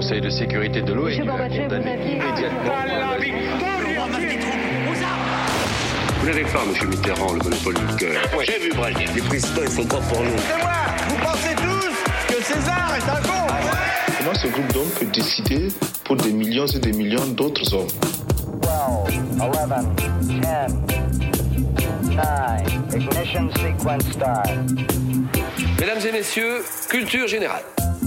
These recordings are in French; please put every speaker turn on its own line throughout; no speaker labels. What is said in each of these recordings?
Conseil de sécurité de l'ONU a condamné immédiatement.
Vous n'avez pas, M. Mitterrand, le monopole du cœur.
Moi, j'ai vu Brel.
Les présidents, ils font pas pour nous.
C'est moi. Vous pensez tous que César est un con?
Comment ce groupe d'hommes peut décider pour des millions et des millions d'autres hommes?
12, 11, 10, 9, ignition sequence start.
Mesdames et messieurs, culture générale.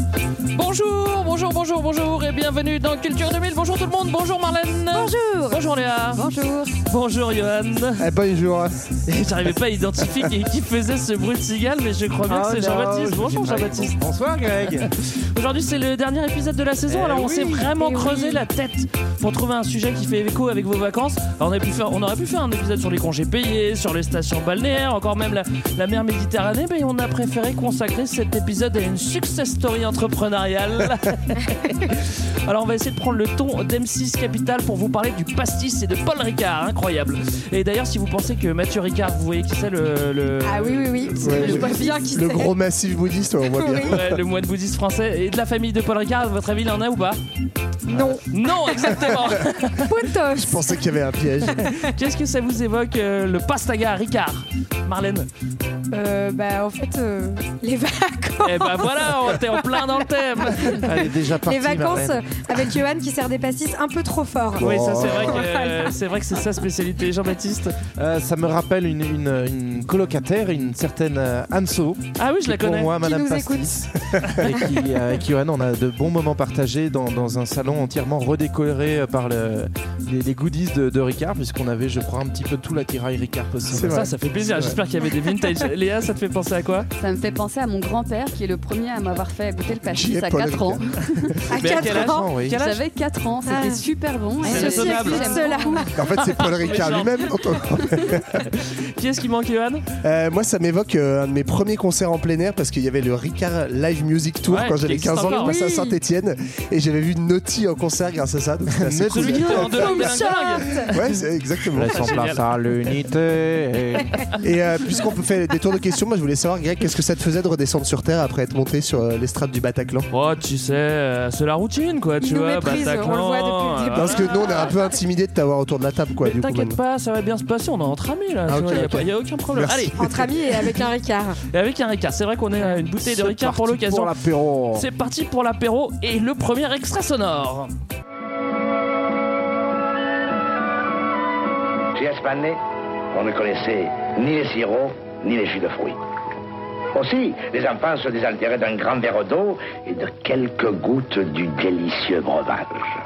Bonjour et bienvenue dans Culture 2000. Bonjour tout le monde, bonjour Marlène.
Bonjour.
Bonjour Léa.
Bonjour.
Bonjour Johan.
Bonjour.
Et j'arrivais pas à identifier qui faisait ce bruit de cigale, mais je crois bien que c'est Jean-Baptiste. Bonjour Jean-Baptiste.
Bonsoir Greg.
Aujourd'hui c'est le dernier épisode de la saison, alors on s'est vraiment creusé la tête pour trouver un sujet qui fait écho avec vos vacances. Alors on aurait pu faire un épisode sur les congés payés, sur les stations balnéaires, encore même la mer Méditerranée, mais on a préféré consacrer cet épisode à une success story entrepreneuriale. Alors on va essayer de prendre le ton d'M6 Capital pour vous parler du pastis et de Paul Ricard, incroyable. Et d'ailleurs si vous pensez que Mathieu Ricard, vous voyez qui c'est
Ah oui,
Ouais,
je vois bien qui c'est.
Le gros massif bouddhiste, on voit bien.
Ouais, le moine bouddhiste français. Et de la famille de Paul Ricard, à votre avis, il en a ou pas? Non, exactement.
Potos.
Je pensais qu'il y avait un piège.
Qu'est-ce que ça vous évoque, le pastaga Ricard, Marlène?
En fait, les vacances.
Eh ben voilà, on était en plein dans le thème.
Elle est déjà partie.
Les vacances
Marlène.
avec Johan qui sert des pastis un peu trop fort.
Oui, ça c'est vrai que c'est sa spécialité. Jean-Baptiste.
Ça me rappelle une colocataire, une certaine Anso.
Ah oui, je la connais.
Pour moi, Madame
nous
Pastis. Et qui, avec Johan, on a de bons moments partagés dans un salon entièrement redécoré par les goodies de Ricard, puisqu'on avait, je crois, un petit peu tout l'attirail Ricard possible.
Ça fait plaisir. J'espère qu'il y avait des vintage. Léa, ça te fait penser à quoi?
Ça me fait penser à mon grand-père qui est le premier à m'avoir fait goûter le pastis à
Paul
4 ans.
À
Mais à
4 ans.
Oui.
Quel âge?
J'avais 4 ans, c'était super bon.
C'est
Et
raisonnable.
j'aime
Cela.
beaucoup.
En fait, c'est Paul Ricard lui-même.
Qui est-ce qui manque, Johan?
Moi, ça m'évoque un de mes premiers concerts en plein air parce qu'il y avait le Ricard Live Music Tour
Ouais,
quand j'avais
qui existe
15 ans.
encore.
Je passais à
Oui.
Saint-Etienne et j'avais vu Naughty en concert grâce à ça. Donc c'était assez cool.
Celui qui était en deux
Ouais, c'est exactement.
Laissons place
à l'unité. Et puisqu'on peut faire des tours de questions, moi je voulais savoir, Greg, qu'est-ce que ça te faisait de redescendre sur Terre après être monté sur l'estrade du Bataclan?
Oh, tu sais, c'est la routine, quoi.
Il
Tu
nous
vois,
méprise,
Bataclan,
on le voit depuis le début.
Parce que nous, on est un peu intimidés de t'avoir autour de la table, quoi.
Mais
Du coup,
t'inquiète pas, ça va bien se passer. On est entre amis là.
Ah,
tu vois,
ok.
y a aucun problème.
Merci.
Allez,
Entre amis et avec un Ricard.
et avec un Ricard. C'est vrai qu'on est à une bouteille de Ricard pour l'occasion.
Pour l'apéro.
C'est parti pour l'apéro et le premier extrait sonore.
Chez Espagnet, on ne connaissait ni les sirops, ni les jus de fruits. Aussi, les enfants se désaltéraient d'un grand verre d'eau et de quelques gouttes du délicieux breuvage.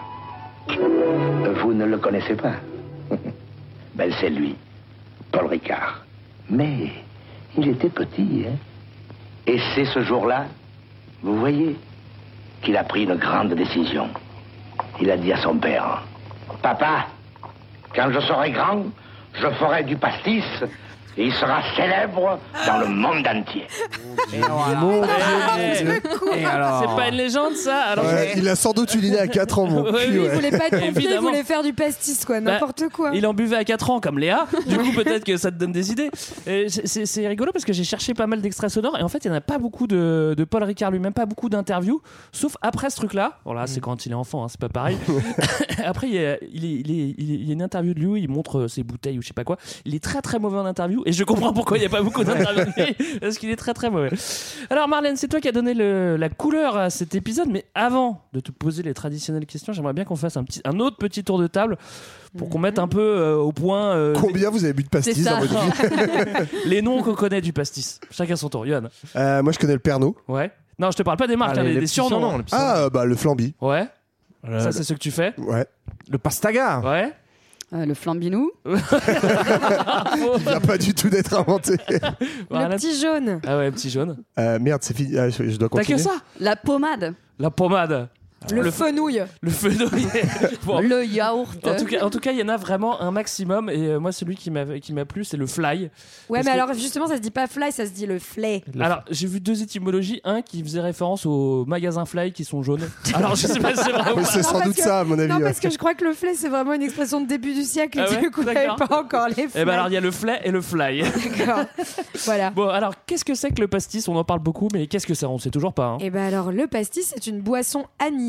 Vous ne le connaissez pas? Ben, c'est lui, Paul Ricard. Mais il était petit, hein? Et c'est ce jour-là, vous voyez, qu'il a pris une grande décision. Il a dit à son père, « Papa, quand je serai grand, je ferai du pastis et il sera célèbre dans le monde entier. »
Et alors... C'est pas une légende, ça? Alors,
Ouais, il a sans doute une idée à 4 ans, mon
Ouais,
cul.
oui,
Ouais.
Il voulait pas être pompier, il
Évidemment.
voulait faire du pastis, quoi. N'importe quoi.
Il en buvait à 4 ans comme Léa. Du coup, peut-être que ça te donne des idées. Et c'est rigolo parce que j'ai cherché pas mal d'extraits sonores et en fait, il n'y en a pas beaucoup de Paul Ricard lui-même, pas beaucoup d'interviews, sauf après ce truc-là. Bon, là, c'est quand il est enfant, hein, c'est pas pareil. Après, il y a une interview de lui où il montre ses bouteilles ou je sais pas quoi. Il est très très mauvais en interview et je comprends pourquoi il n'y a pas beaucoup d'interviews de lui parce qu'il est très très mauvais. Alors, Marlène, c'est toi qui as donné la couleur à cet épisode, mais avant de te poser les traditionnelles questions, j'aimerais bien qu'on fasse un autre petit tour de table pour qu'on mette un peu au point
Combien vous avez bu de pastis
C'est ça.
dans votre vie?
les noms qu'on connaît du pastis. Chacun son tour. Johan.
Moi, je connais le Pernod.
Ouais. Non, je te parle pas des marques, des surnoms.
Le Flamby.
Ouais. Ça, c'est ce que tu fais.
Ouais.
Le pastaga.
Ouais.
Le flambinou.
Il vient pas du tout d'être inventé.
Voilà.
Le petit jaune.
Ah ouais, petit jaune.
Merde, c'est fini. Je dois
T'as
continuer.
que ça?
La pommade.
La pommade.
Le fenouil.
Le fenouil. Bon.
Le yaourt.
En tout cas, il y en a vraiment un maximum. Et moi, celui qui m'a plu, c'est le fly.
Ouais,
Parce
mais
que-
alors justement, ça se dit pas fly, ça se dit le flay.
Alors, j'ai vu deux étymologies. Un qui faisait référence aux magasins Fly qui sont jaunes. Alors, je sais pas si c'est vrai ou
Mais
pas.
c'est sans
parce
doute
que-
ça, à mon avis.
Non,
ouais.
parce que je crois que le flay, c'est vraiment une expression de début du siècle.
Ah
et
ouais,
du coup, il n'y avait
d'accord.
pas encore les fly.
Eh ben alors, il y a le flay et le fly.
D'accord. Voilà.
Bon, alors, qu'est-ce que c'est que le pastis? On en parle beaucoup, mais qu'est-ce que c'est? On sait toujours pas. Hein.
Et ben alors, le pastis, c'est une boisson anisée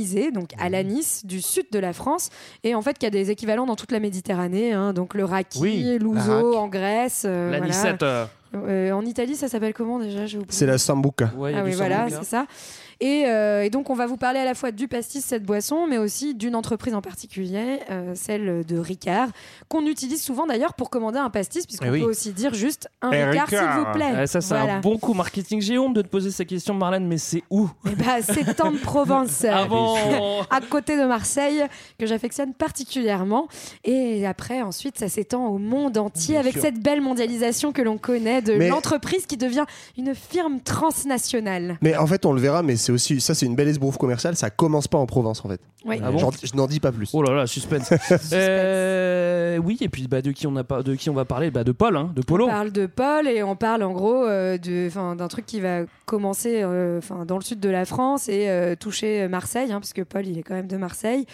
Élysée, donc à l'anis du sud de la France, et en fait qui a des équivalents dans toute la Méditerranée, hein, donc le raki, l'ouzo en Grèce,
l'anisette.
En Italie, ça s'appelle comment déjà?
C'est la sambuca.
Ouais,
ah oui, voilà, c'est ça. Et donc, on va vous parler à la fois du pastis, cette boisson, mais aussi d'une entreprise en particulier, celle de Ricard, qu'on utilise souvent d'ailleurs pour commander un pastis, puisqu'on peut aussi dire juste un Ricard, s'il vous plaît.
Ça, c'est un bon coup marketing. J'ai honte de te poser cette question, Marlène, mais c'est où?
C'est en Provence, à côté de Marseille, que j'affectionne particulièrement. Et après, ensuite, ça s'étend au monde entier avec cette belle mondialisation que l'on connaît de l'entreprise qui devient une firme transnationale.
Mais en fait, on le verra, mais c'est aussi ça, c'est une belle esbrouffe commerciale. Ça commence pas en Provence en fait.
Oui.
Ah bon,
je n'en dis pas plus.
Oh là là, suspense. Oui, et puis de qui on va parler, de Paul, de Polo.
On parle de Paul et on parle en gros d'un truc qui va commencer dans le sud de la France et toucher Marseille, puisque Paul il est quand même de Marseille,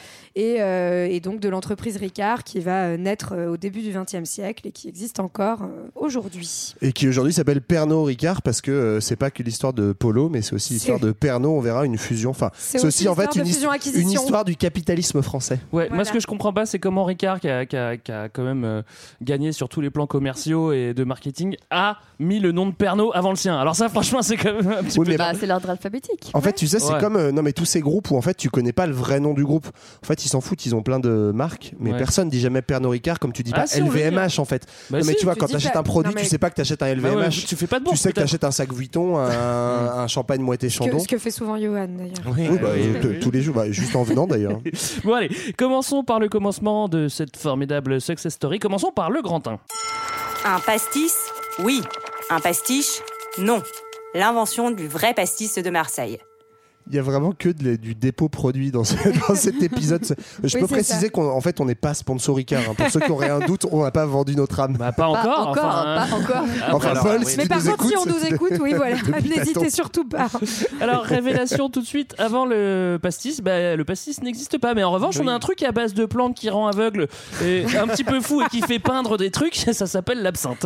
et donc de l'entreprise Ricard qui va naître au début du XXe siècle et qui existe encore aujourd'hui.
Et qui aujourd'hui s'appelle Pernod Ricard parce que c'est pas que l'histoire de Polo, mais c'est aussi l'histoire de Pernod. On verra une fusion. Enfin, c'est aussi en fait une histoire du capitalisme français.
Ouais, voilà. Moi ce que je comprends pas, c'est comment Ricard, qui a quand même gagné sur tous les plans commerciaux et de marketing, a mis le nom de Pernod avant le sien. Alors ça, franchement, c'est quand même un petit peu.
C'est l'ordre alphabétique.
En fait, tu sais, c'est comme non mais tous ces groupes où en fait tu connais pas le vrai nom du groupe. En fait, ils s'en foutent. Ils ont plein de marques, mais personne dit jamais Pernod Ricard comme tu dis pas LVMH en fait.
Bah
non, mais tu vois, quand t'achètes un produit, tu sais pas que t'achètes un LVMH.
Tu fais pas de bourse.
Tu sais que t'achètes un sac Vuitton, un champagne Moët et Chandon.
Ce que fait souvent Johan d'ailleurs.
Oui, tous les jours, juste en venant d'ailleurs.
Bon allez, commençons par le commencement de cette formidable success story. Commençons par le grand 1.
Un pastis, oui. Un pastiche, non. L'invention du vrai pastis de Marseille.
Il y a vraiment que du dépôt produit dans cet épisode. Je peux préciser qu'en fait, on n'est pas sponsor Ricard. Pour ceux qui auraient un doute, on n'a pas vendu notre âme.
Pas encore.
Pas encore.
Enfin, Paul, si
mais
tu
par
nous
contre, si on nous écoute, oui, voilà. N'hésitez
attends.
surtout pas.
Alors, révélation tout de suite avant le pastis. Le pastis n'existe pas. Mais en revanche, on a un truc à base de plantes qui rend aveugle et un petit peu fou et qui fait peindre des trucs. Ça s'appelle l'absinthe.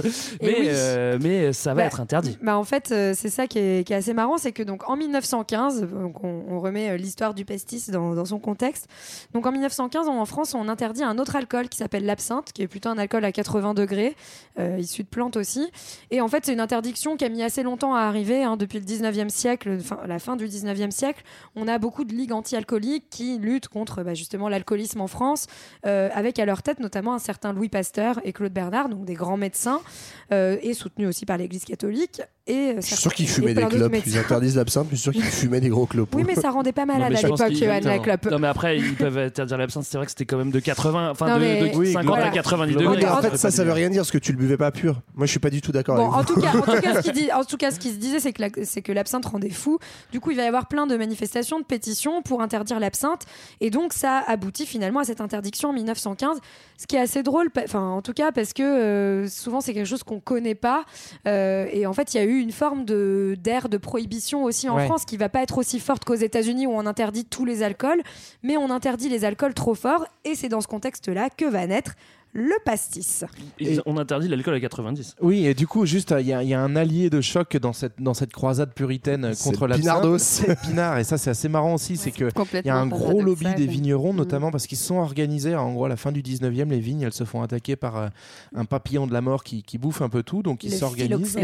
Mais ça va être interdit.
En fait, c'est ça qui est assez marrant. C'est que donc en 1915, donc on remet l'histoire du pastis dans son contexte. Donc en 1915, en France, on interdit un autre alcool qui s'appelle l'absinthe, qui est plutôt un alcool à 80 degrés, issu de plantes aussi. Et en fait, c'est une interdiction qui a mis assez longtemps à arriver, depuis le 19e siècle, la fin du 19e siècle. On a beaucoup de ligues anti-alcooliques qui luttent contre justement l'alcoolisme en France, avec à leur tête notamment un certain Louis Pasteur et Claude Bernard, donc des grands médecins, et soutenus aussi par l'Église catholique.
Je suis sûr qu'ils fumaient des clopes. Ils interdisent l'absinthe, mais je suis sûr qu'ils fumaient des gros clopes.
Oui, mais ça rendait pas malade à l'époque, la clope.
Non, mais après, ils peuvent interdire l'absinthe. C'est vrai que c'était quand même de 80, de 50 à 90 degrés.
Mais en fait, ça veut rien dire parce que tu le buvais pas pur. Moi, je suis pas du tout d'accord avec vous.
En tout cas, ce qui se disait, c'est que l'absinthe rendait fou. Du coup, il va y avoir plein de manifestations, de pétitions pour interdire l'absinthe. Et donc, ça aboutit finalement à cette interdiction en 1915. Ce qui est assez drôle, en tout cas, parce que souvent, c'est quelque chose qu'on connaît pas. Et en fait, il y a eu une forme d'ère de prohibition aussi en France qui va pas être aussi forte qu'aux États-Unis où on interdit tous les alcools, mais on interdit les alcools trop forts, et c'est dans ce contexte-là que va naître le pastis.
On interdit l'alcool à 90.
Oui, et du coup, juste, il y a un allié de choc dans cette croisade puritaine contre l'absinthe. C'est Pinard, et ça, c'est assez marrant aussi. C'est qu'il y a un gros lobby des vignerons, notamment parce qu'ils se sont organisés. En gros, à la fin du 19e, les vignes, elles se font attaquer par un papillon de la mort qui bouffe un peu tout, donc ils s'organisent.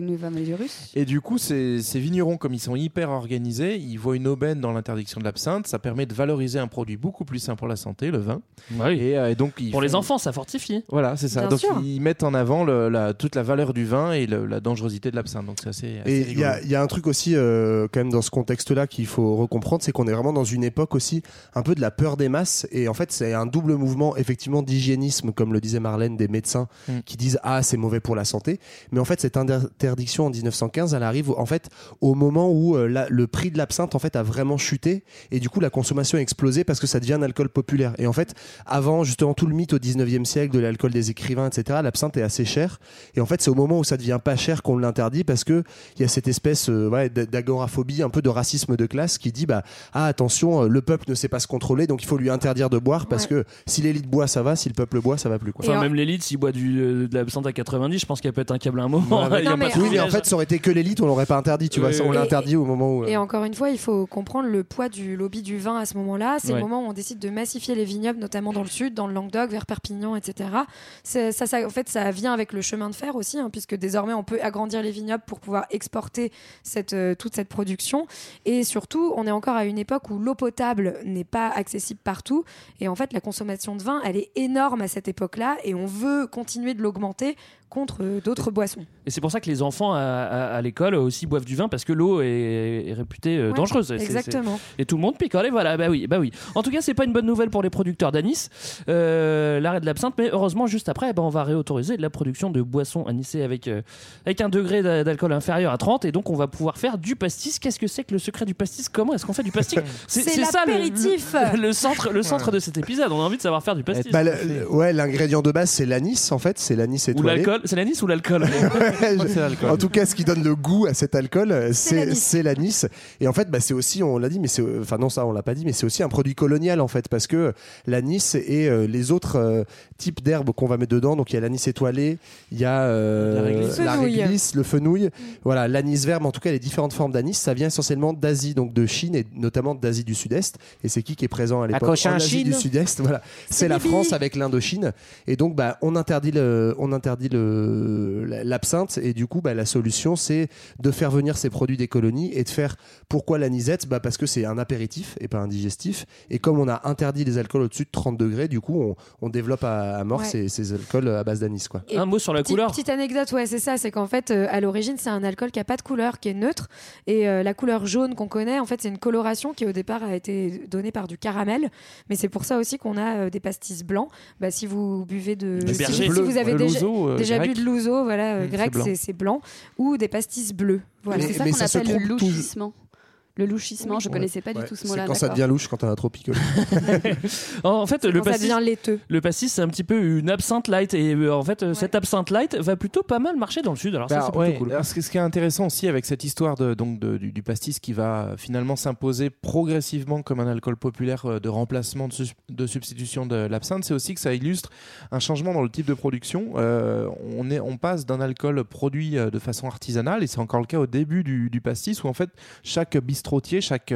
Et du coup, ces vignerons, comme ils sont hyper organisés, ils voient une aubaine dans l'interdiction de l'absinthe. Ça permet de valoriser un produit beaucoup plus sain pour la santé, le vin.
Oui.
Et donc,
pour les enfants, ça fortifie.
Voilà, c'est ça.
Bien
donc
sûr.
ils mettent en avant toute la valeur du vin et la dangerosité de l'absinthe. Donc c'est assez
et
rigolo.
Il y a un truc aussi quand même dans ce contexte-là qu'il faut recomprendre, c'est qu'on est vraiment dans une époque aussi un peu de la peur des masses. Et en fait, c'est un double mouvement effectivement d'hygiénisme, comme le disait Marlène, des médecins qui disent c'est mauvais pour la santé. Mais en fait, cette interdiction en 1915, elle arrive en fait au moment où le prix de l'absinthe en fait a vraiment chuté, et du coup la consommation a explosé parce que ça devient un alcool populaire. Et en fait, avant justement tout le mythe au 19e siècle, de l'alcool des écrivains, etc., l'absinthe est assez cher. Et en fait, c'est au moment où ça devient pas cher qu'on l'interdit, parce qu'il y a cette espèce d'agoraphobie, un peu de racisme de classe qui dit attention, le peuple ne sait pas se contrôler, donc il faut lui interdire de boire, parce que si l'élite boit, ça va, si le peuple boit, ça va plus. Quoi.
Enfin, même l'élite, s'il boit de l'absinthe à 90, je pense qu'elle pète un câble à un moment.
Mais en fait, ça aurait été que l'élite, on l'aurait pas interdit, tu vois. On l'a interdit au moment où.
Et encore une fois, il faut comprendre le poids du lobby du vin à ce moment-là. C'est le moment où on décide de massifier les vignobles, notamment dans le sud, dans le Languedoc, vers Perpignan, etc. En fait, ça vient avec le chemin de fer aussi, puisque désormais on peut agrandir les vignobles pour pouvoir exporter toute cette production. Et surtout, on est encore à une époque où l'eau potable n'est pas accessible partout. Et en fait, la consommation de vin, elle est énorme à cette époque-là, et on veut continuer de l'augmenter contre d'autres boissons.
Et c'est pour ça que les enfants à l'école aussi boivent du vin, parce que l'eau est réputée dangereuse.
Exactement.
Et tout le monde picole, et voilà, bah oui. En tout cas, c'est pas une bonne nouvelle pour les producteurs d'anis, l'arrêt de l'absinthe, mais heureusement, juste après, on va réautoriser la production de boissons anisées avec un degré d'alcool inférieur à 30, et donc on va pouvoir faire du pastis. Qu'est-ce que c'est que le secret du pastis ? Comment est-ce qu'on fait du pastis ?
C'est ça
l'apéritif. Le centre de cet épisode. On a envie de savoir faire du pastis.
L'ingrédient de base, c'est l'anis, en fait, c'est l'anis étoilé.
C'est l'anis ou l'alcool ?
C'est l'alcool. En tout cas, ce qui donne le goût à cet alcool, c'est l'anis. Et en fait, c'est aussi, on l'a dit, mais on l'a pas dit, mais c'est aussi un produit colonial, en fait, parce que l'anis et les autres types d'herbes qu'on va mettre dedans, donc il y a l'anis étoilé, il y a la réglisse, le fenouil, voilà, l'anis vert, mais en tout cas les différentes formes d'anis, ça vient essentiellement d'Asie, donc de Chine et notamment d'Asie du Sud-Est. Et c'est qui est présent à l'époque en Asie du Sud-Est, voilà. C'est la France avec l'Indochine. Et donc on interdit l'absinthe, et du coup la solution c'est de faire venir ces produits des colonies et de faire. Pourquoi l'anisette ? Parce que c'est un apéritif et pas un digestif, et comme on a interdit les alcools au-dessus de 30 degrés, du coup on développe à mort ces alcools à base d'anis, quoi.
Un mot sur la couleur.
Petite anecdote, c'est ça, c'est qu'en fait à l'origine c'est un alcool qui a pas de couleur, qui est neutre, et la couleur jaune qu'on connaît, en fait c'est une coloration qui au départ a été donnée par du caramel, mais c'est pour ça aussi qu'on a des pastis blancs. Si vous buvez si vous avez déjà bu de l'ouzo, grec, c'est blanc, ou des pastis bleus. Voilà,
c'est ça qu'on appelle le louchissement. Le louchissement, je connaissais pas du tout ce mot-là.
C'est quand ça devient louche, quand t'en as trop picolé.
En fait,
ça devient laiteux.
Le pastis, c'est un petit peu une absinthe light, et en fait, cette absinthe light va plutôt pas mal marcher dans le sud. Alors ça, c'est plutôt cool.
Alors, ce qui est intéressant aussi avec cette histoire du pastis qui va finalement s'imposer progressivement comme un alcool populaire de remplacement, de substitution de l'absinthe, c'est aussi que ça illustre un changement dans le type de production. On passe d'un alcool produit de façon artisanale, et c'est encore le cas au début du pastis, où en fait chaque bistrot, chaque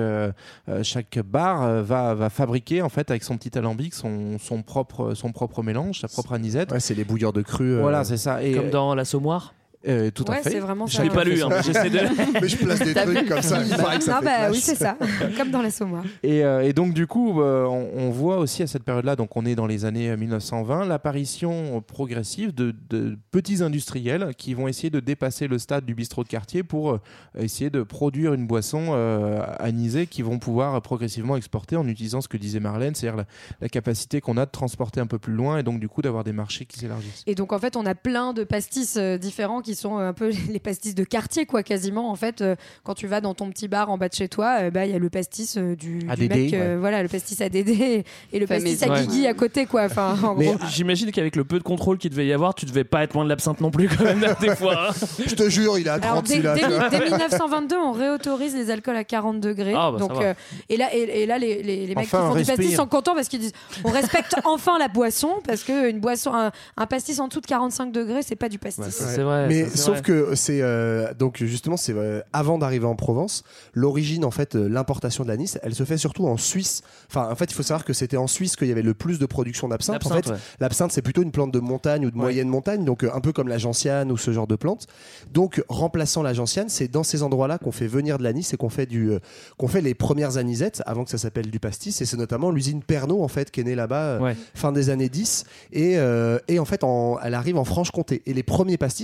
bar va fabriquer en fait avec son petit alambic son propre mélange, sa propre anisette.
Ouais, c'est les bouilleurs de cru.
Voilà, c'est ça.
Comme dans l'Assommoir.
Tout à fait.
C'est vraiment
je l'ai pas lu, j'essaie de.
Mais je place des trucs comme ça.
Oui, c'est ça, comme dans l'Assommoir.
Et donc du coup, on voit aussi à cette période-là, donc on est dans les années 1920, l'apparition progressive de petits industriels qui vont essayer de dépasser le stade du bistrot de quartier pour essayer de produire une boisson anisée qui vont pouvoir progressivement exporter en utilisant ce que disait Marlène, c'est-à-dire la capacité qu'on a de transporter un peu plus loin, et donc du coup d'avoir des marchés qui s'élargissent.
Et donc en fait, on a plein de pastis différents qui sont un peu les pastis de quartier, quoi, quasiment. En fait, quand tu vas dans ton petit bar en bas de chez toi, il y a le pastis du mec, le pastis à Dédé et le pastis à Guigui à côté, quoi. Enfin, en gros.
J'imagine qu'avec le peu de contrôle qu'il devait y avoir, tu devais pas être loin de l'absinthe non plus, quand même, des fois.
Je te jure, il est à 30.
Dès 1922, on réautorise les alcools à 40 degrés. Donc, et là, les mecs qui font du pastis sont contents parce qu'ils disent on respecte enfin la boisson, parce qu'une boisson, un pastis en dessous de 45 degrés, c'est pas du pastis.
C'est vrai.
Mais sauf que c'est donc justement c'est avant d'arriver en Provence, l'origine en fait l'importation de l'anis, elle se fait surtout en Suisse. Enfin en fait il faut savoir que c'était en Suisse qu'il y avait le plus de production d'absinthe. En fait l'absinthe c'est plutôt une plante de montagne ou de moyenne montagne, donc un peu comme la gentiane ou ce genre de plante. Donc remplaçant la gentiane, c'est dans ces endroits-là qu'on fait venir de l'anis et qu'on fait les premières anisettes avant que ça s'appelle du pastis. Et c'est notamment l'usine Pernod en fait qui est née là-bas fin des années 10 et en fait elle arrive en Franche-Comté. Et les premiers pastis, la première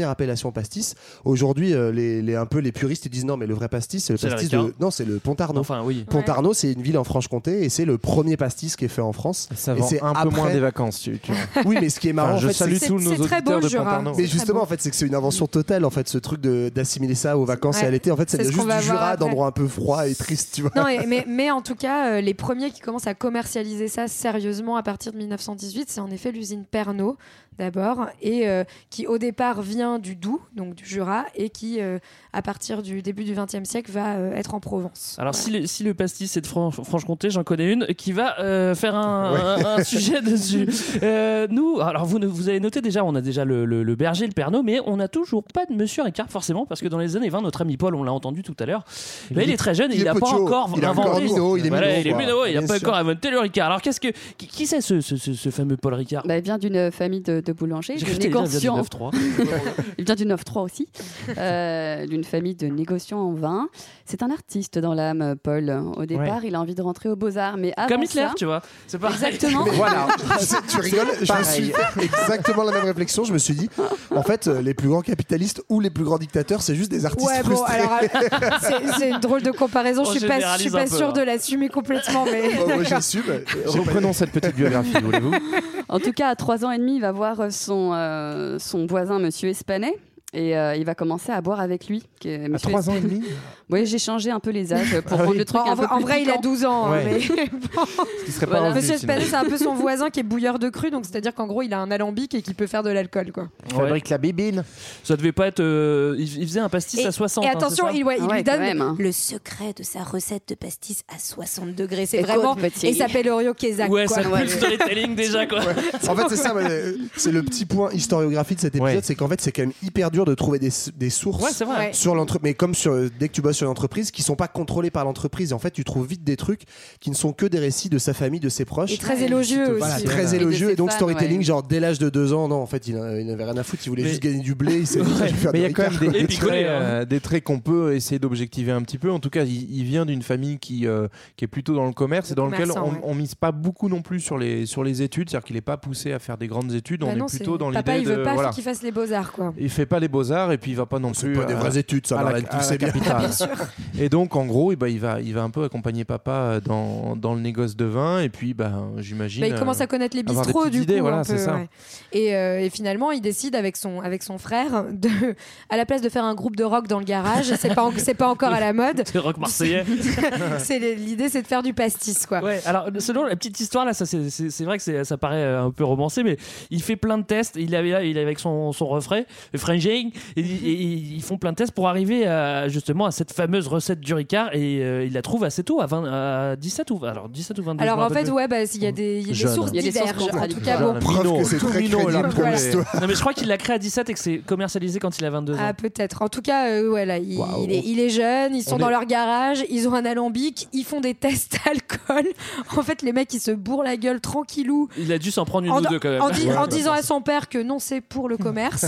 première appellation pastis. Aujourd'hui, un peu les puristes ils disent non, mais le vrai pastis, c'est le pastis de. Non, c'est le Pontarnaud.
Enfin, oui.
Pontarnaud, c'est une ville en Franche-Comté et c'est le premier pastis qui est fait en France.
Ça vend un peu moins des vacances.
Oui, mais ce qui est marrant,
je salue tous nos auditeurs de Pontarnaud.
Mais justement, en fait, c'est que c'est une invention totale, en fait, ce truc d'assimiler ça aux vacances et à l'été. En fait, ça vient juste du Jura, d'endroits un peu froids et tristes, tu vois.
Non, mais en tout cas, les premiers qui commencent à commercialiser ça sérieusement à partir de 1918, c'est en effet l'usine Pernod d'abord, et qui au départ vient du Doubs, donc du Jura, et qui à partir du début du XXe siècle va être en Provence.
Alors si le pastis c'est de Franche-Comté, j'en connais une qui va faire un sujet dessus. Nous, alors vous avez noté déjà, on a déjà le berger, le Pernod, mais on n'a toujours pas de Monsieur Ricard forcément, parce que dans les années 20, notre ami Paul, on l'a entendu tout à l'heure, il est très jeune, il n'a pas encore inventé.
Il
n'a pas encore inventé le Ricard. Alors qui c'est ce fameux Paul Ricard?
Il vient d'une famille de boulangers, de
négociants.
Il vient du 9-3 aussi, d'une famille de négociants en vin. C'est un artiste dans l'âme, Paul. Au départ, il a envie de rentrer aux Beaux-Arts, mais avant
comme Hitler,
ça,
tu vois. C'est pas
exactement.
Voilà. Tu rigoles. Je me suis fait exactement la même réflexion. Je me suis dit, en fait, les plus grands capitalistes ou les plus grands dictateurs, c'est juste des artistes frustrés.
Alors, c'est une drôle de comparaison. Je suis pas sûre de l'assumer complètement, mais
moi j'assume.
Reprenons cette petite biographie, voulez-vous?
En tout cas, à 3 ans et demi, il va voir son voisin, Monsieur Espanet. Et il va commencer à boire avec lui.
À 3 ans et demi?
Oui, j'ai changé un peu les âges pour rendre le truc un peu plus
En vrai,
piquant.
il a 12 ans.
Ouais.
Mais
Ce qui serait pas revenu,
Monsieur
sinon.
Espanet, c'est un peu son voisin qui est bouilleur de cru, donc c'est-à-dire qu'en gros, il a un alambic et qui peut faire de l'alcool, quoi.
Il fabrique la bibine.
Ça devait pas être. Il faisait un pastis à 60.
Et attention, il lui donne
même.
le secret de sa recette de pastis à 60 degrés. C'est
Écoute,
vraiment.
petit.
Et il s'appelle Orio Kézak.
Ouais,
quoi.
ça pue le storytelling déjà, quoi.
En fait, c'est ça. C'est le petit point historiographie de cet épisode, c'est qu'en fait, c'est quand même hyper dur de trouver des sources.
Ouais, c'est vrai.
Sur l'entreprise, mais comme dès que tu bosses sur une entreprise, qui sont pas contrôlées par l'entreprise, et en fait tu trouves vite des trucs qui ne sont que des récits de sa famille, de ses proches.
Et très élogieux
Voilà,
aussi.
très
Et de
élogieux.
ses
Et donc
fans,
storytelling, genre dès l'âge de 2 ans, non, en fait il n'avait rien à foutre, il voulait juste gagner du blé, il s'est dit, je vais faire
Mais il y a
du
quand même
Ricard.
des traits qu'on peut essayer d'objectiver un petit peu. En tout cas, il vient d'une famille qui est plutôt dans le commerce et dans lequel on mise pas beaucoup non plus sur les études. C'est-à-dire qu'il n'est pas poussé à faire des grandes études. On est plutôt dans l'idée
Papa, il veut
de.
pas
Voilà.
qu'il fasse les beaux-arts, quoi.
Il fait pas les beaux-arts et puis il va pas non plus.
C'est pas des vraies études, ça, Marlène, tu sais bien.
Et donc en gros, il va un peu accompagner papa dans le négoce de vin et puis j'imagine.
Il commence à connaître les
avoir des
bistrots
petites
du
idées,
coup.
voilà,
Un peu,
c'est ça.
ouais. Et finalement, il décide avec son frère à la place de faire un groupe de rock dans le garage, c'est pas encore à la mode.
C'est rock marseillais.
L'idée, c'est de faire du pastis, quoi.
Ouais, alors selon la petite histoire là, ça c'est vrai que ça paraît un peu romancé, mais il fait plein de tests. Il est avec son refrain, le franging, et ils font plein de tests pour arriver justement à cette fameuse recette du Ricard, et il la trouve assez tôt, à 17 ou 22.
Alors en fait, il y a des sources divergent. En tout cas, bon.
Preuve que c'est très crédible pour l'histoire.
Non, mais je crois qu'il l'a créé à 17 et que c'est commercialisé quand il a 22 ans.
Ah, peut-être. En tout cas, il est jeune, ils sont dans leur garage, ils ont un alambic, ils font des tests d'alcool. En fait, les mecs, ils se bourrent la gueule tranquillou.
Il a dû s'en prendre une ou deux quand même.
En disant à son père que non, c'est pour le commerce.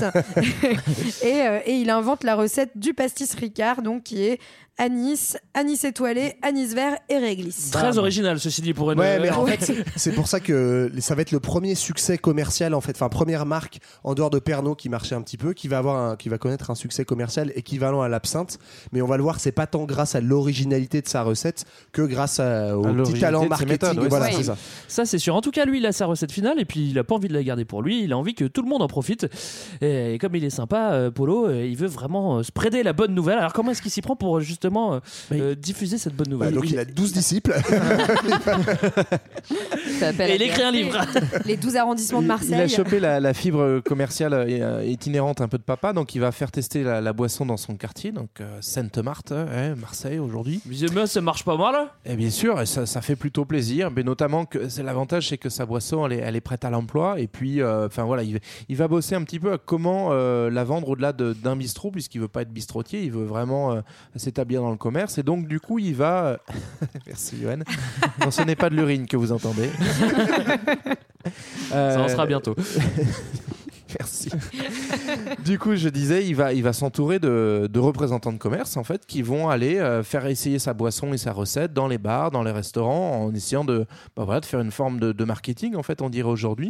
et il invente la recette du pastis Ricard, donc qui est anis étoilé, anis vert et réglisse.
Très original, ceci dit, pour une.
Ouais, mais en fait, c'est pour ça que ça va être le premier succès commercial, en fait, enfin première marque en dehors de Pernod qui marchait un petit peu, qui va connaître un succès commercial équivalent à l'absinthe. Mais on va le voir, c'est pas tant grâce à l'originalité de sa recette que grâce au petit talent marketing.
Méthodes,
voilà,
ouais.
c'est ça.
Ça, c'est sûr. En tout cas, lui, il a sa recette finale et puis il a pas envie de la garder pour lui. Il a envie que tout le monde en profite. Et comme il est sympa, Polo, il veut vraiment spreader la bonne nouvelle. Alors, comment est-ce qu'il s'y prend pour justement diffuser cette bonne nouvelle?
Donc il a 12 disciples.
Et il écrit un livre.
Les 12 arrondissements de Marseille.
Il a chopé la fibre commerciale itinérante un peu de papa, donc il va faire tester la boisson dans son quartier, donc Sainte-Marthe, Marseille aujourd'hui.
Mais ça marche pas mal.
Et bien sûr, et ça fait plutôt plaisir, mais notamment que l'avantage c'est que sa boisson elle est prête à l'emploi et puis il va bosser un petit peu à comment la vendre au-delà d'un bistrot, puisqu'il veut pas être bistrotier, il veut vraiment s'établir dans le commerce, et donc du coup il va merci Johan. Non, ce n'est pas de l'urine que vous entendez.
Ça en sera bientôt.
Merci. Du coup, je disais, il va s'entourer de représentants de commerce en fait, qui vont aller faire essayer sa boisson et sa recette dans les bars, dans les restaurants, en essayant de faire une forme de marketing en fait, on dirait aujourd'hui,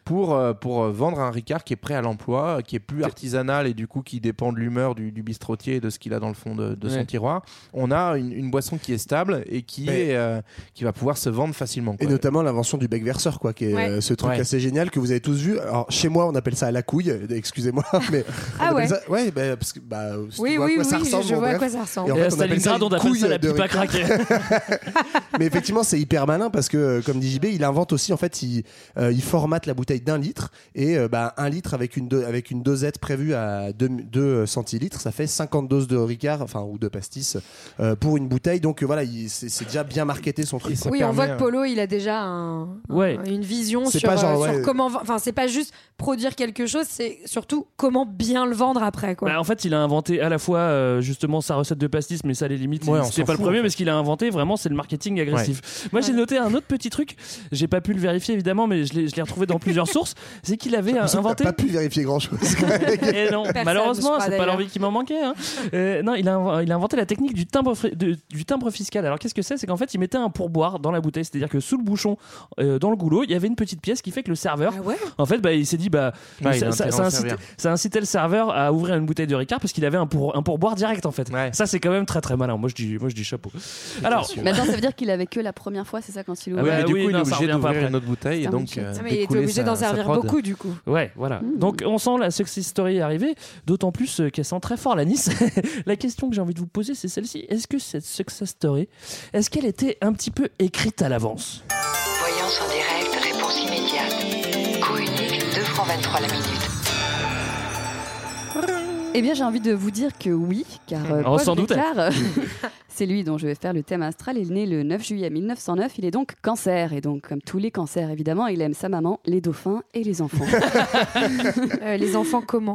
pour vendre un Ricard qui est prêt à l'emploi, qui est plus artisanal et du coup qui dépend de l'humeur du bistrotier et de ce qu'il a dans le fond de son tiroir. On a une boisson qui est stable et qui va pouvoir se vendre facilement, quoi.
Et notamment l'invention du bec verseur, quoi, qui est ce truc assez génial que vous avez tous vu. Alors chez moi on appelle ça à la couille, excusez-moi, mais parce que
oui,
ça ressemble,
je vois à quoi ça ressemble.
Et en fait, on appelle ça
la pipe à craquer.
Mais effectivement c'est hyper malin parce que comme dit JB, il invente aussi, en fait il formate la bouteille d'1 litre et 1 litre avec une dosette prévue à 2 centilitres, ça fait 50 doses de Ricard, ou de pastis pour une bouteille. Donc voilà, c'est déjà bien marketé son truc.
Oui, on voit que Polo il a déjà une vision sur comment, c'est pas juste produire quelque chose, c'est surtout comment bien le vendre après, quoi.
En fait il a inventé à la fois justement sa recette de pastis, mais ça les limites, c'était pas le premier, mais ce qu'il a inventé vraiment c'est le marketing agressif. Moi j'ai noté un autre petit truc, j'ai pas pu le vérifier évidemment, mais je l'ai retrouvé dans plusieurs sources, c'est qu'il avait inventé...
pas pu vérifier grand chose.
Et non, malheureusement c'est pas l'envie qui m'en manquait, hein. Non, il a inventé la technique du timbre fiscal. Alors qu'est-ce que c'est qu'en fait il mettait un pourboire dans la bouteille, c'est-à-dire que sous le bouchon dans le goulot il y avait une petite pièce qui fait que le serveur en fait il s'est dit ça incitait le serveur à ouvrir une bouteille de Ricard parce qu'il avait un pourboire direct, en fait. Ça c'est quand même très très malin. Moi je dis chapeau. Alors
maintenant ça veut dire qu'il avait que la première fois, c'est ça, quand il ouvre.
Du coup il est obligé d'ouvrir une autre bouteille et donc
mais il était obligé d'en servir beaucoup du coup.
Voilà. Donc on sent la success story arriver, d'autant plus qu'elle sent très fort l'anis. La question que j'ai envie de vous poser c'est celle-ci: est-ce que cette success story, est-ce qu'elle était un petit peu écrite à l'avance?
Voyance en direct, réponse immédiate. Coût unique, 2,23 francs la minute.
Eh bien, j'ai envie de vous dire que oui, car Paul Ricard, c'est lui dont je vais faire le thème astral. Il est né le 9 juillet 1909. Il est donc Cancer. Et donc, comme tous les cancers, évidemment, il aime sa maman, les dauphins et les enfants.
Les enfants comment?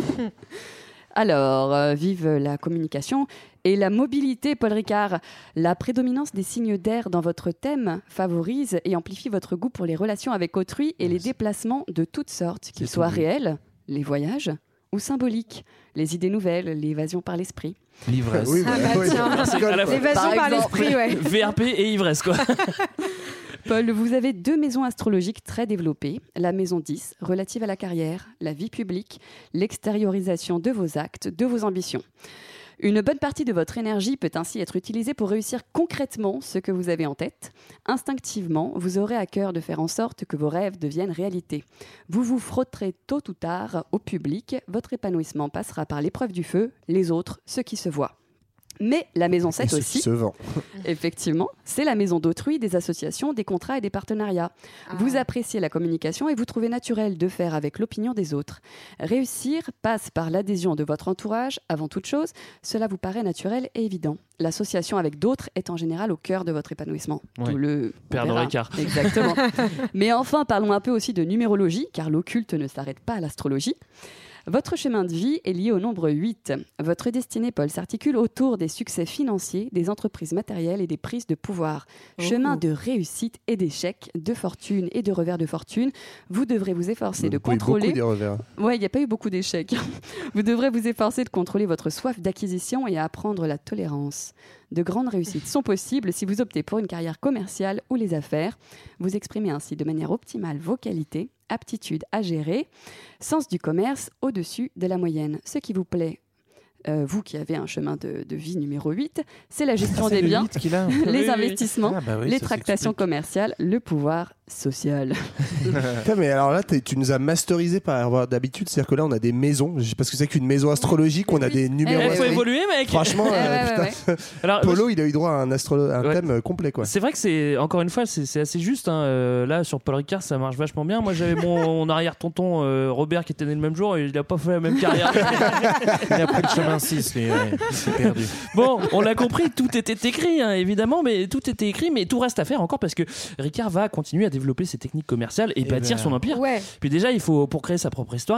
Alors, vive la communication et la mobilité, Paul Ricard. La prédominance des signes d'air dans votre thème favorise et amplifie votre goût pour les relations avec autrui et les déplacements de toutes sortes, qu'ils soient réels, les voyages, ou symboliques, les idées nouvelles, l'évasion par l'esprit.
L'ivresse.
L'évasion par l'esprit,
VRP et ivresse, quoi.
Paul, vous avez 2 maisons astrologiques très développées. La maison 10, relative à la carrière, la vie publique, l'extériorisation de vos actes, de vos ambitions. Une bonne partie de votre énergie peut ainsi être utilisée pour réussir concrètement ce que vous avez en tête. Instinctivement, vous aurez à cœur de faire en sorte que vos rêves deviennent réalité. Vous vous frotterez tôt ou tard au public. Votre épanouissement passera par l'épreuve du feu, les autres, ceux qui se voient. Mais la maison 7 aussi,
se vend.
Effectivement, c'est la maison d'autrui, des associations, des contrats et des partenariats. Vous appréciez la communication et vous trouvez naturel de faire avec l'opinion des autres. Réussir passe par l'adhésion de votre entourage avant toute chose. Cela vous paraît naturel et évident. L'association avec d'autres est en général au cœur de votre épanouissement.
Ouais.
Le
Père de Ricard.
Exactement. Mais enfin, parlons un peu aussi de numérologie, car l'occulte ne s'arrête pas à l'astrologie. Votre chemin de vie est lié au nombre 8. Votre destinée, Paul, s'articule autour des succès financiers, des entreprises matérielles et des prises de pouvoir. Chemin de réussite et d'échecs, de fortune et de revers de fortune. Vous devrez vous efforcer de contrôler...
Il y a beaucoup de revers.
Ouais, il n'y a pas eu beaucoup d'échecs. Vous devrez vous efforcer de contrôler votre soif d'acquisition et à apprendre la tolérance. De grandes réussites sont possibles si vous optez pour une carrière commerciale ou les affaires. Vous exprimez ainsi de manière optimale vos qualités, aptitude à gérer, sens du commerce au-dessus de la moyenne. Ce qui vous plaît, vous qui avez un chemin de vie numéro 8, c'est la gestion des biens, les investissements, les tractations commerciales, le pouvoir social.
Mais alors là, tu nous as masterisé par avoir d'habitude, c'est-à-dire que là, on a des maisons, je sais pas ce que c'est qu'une maison astrologique, on a des numéros.
Il faut évoluer, mec.
Franchement, Alors, Polo, il a eu droit à un thème complet, quoi.
C'est vrai que c'est, encore une fois, c'est assez juste. Là, sur Paul Ricard, ça marche vachement bien. Moi, j'avais mon arrière-tonton Robert qui était né le même jour et il a pas fait la même carrière.
Il a pris le chemin 6, il s'est perdu.
Bon, on l'a compris, tout était écrit, évidemment, mais tout était écrit, mais tout reste à faire encore parce que Ricard va continuer à développer ses techniques commerciales et bâtir son empire. Puis déjà, il faut, pour créer sa propre histoire,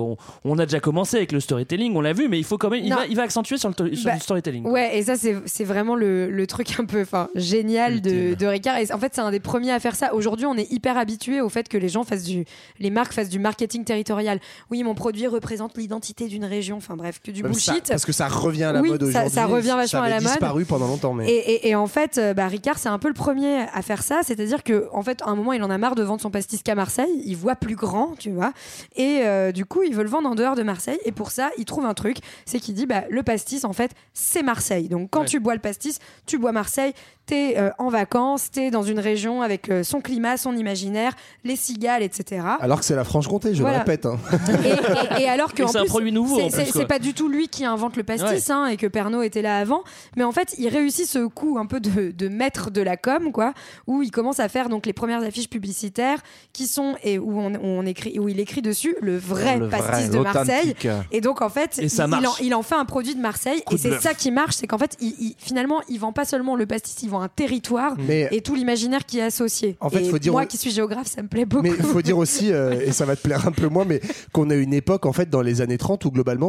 on a déjà commencé avec le storytelling, on l'a vu, mais il faut quand même, il va accentuer sur le storytelling.
Ouais, et ça, c'est vraiment le truc un peu génial de Ricard. Et en fait, c'est un des premiers à faire ça. Aujourd'hui, on est hyper habitué au fait que les marques fassent du marketing territorial. Oui, mon produit représente l'identité d'une région. Enfin bref, que du bullshit. ensuite,
parce que ça revient à la mode aujourd'hui.
Ça revient vachement à la mode.
Ça avait disparu pendant longtemps. Mais...
Et en fait, Ricard, c'est un peu le premier à faire ça. C'est-à-dire que, en fait, à un moment, il en a marre de vendre son pastis qu'à Marseille. Il voit plus grand, tu vois. Et du coup, il veut le vendre en dehors de Marseille. Et pour ça, il trouve un truc. C'est qu'il dit, le pastis, en fait, c'est Marseille. Donc, quand tu bois le pastis, tu bois Marseille. T'es en vacances, t'es dans une région avec son climat, son imaginaire, les cigales, etc.
Alors que c'est la Franche-Comté, je le répète. Hein.
Et alors que
c'est un produit nouveau.
C'est pas du tout lui qui invente le pastis, et que Pernod était là avant. Mais en fait, il réussit ce coup un peu de maître de la com, quoi, où il commence à faire donc les premières affiches publicitaires qui sont où il écrit dessus le vrai pastis de Marseille. Et donc en fait, il en fait un produit de Marseille. Et c'est ça qui marche, c'est qu'en fait, finalement, il vend pas seulement le pastis, il vend un territoire et tout l'imaginaire qui est associé.
En fait,
et
faut dire
moi qui suis géographe, ça me plaît beaucoup.
Mais il faut dire aussi, et ça va te plaire un peu moins, mais qu'on a une époque en fait dans les années 30 où globalement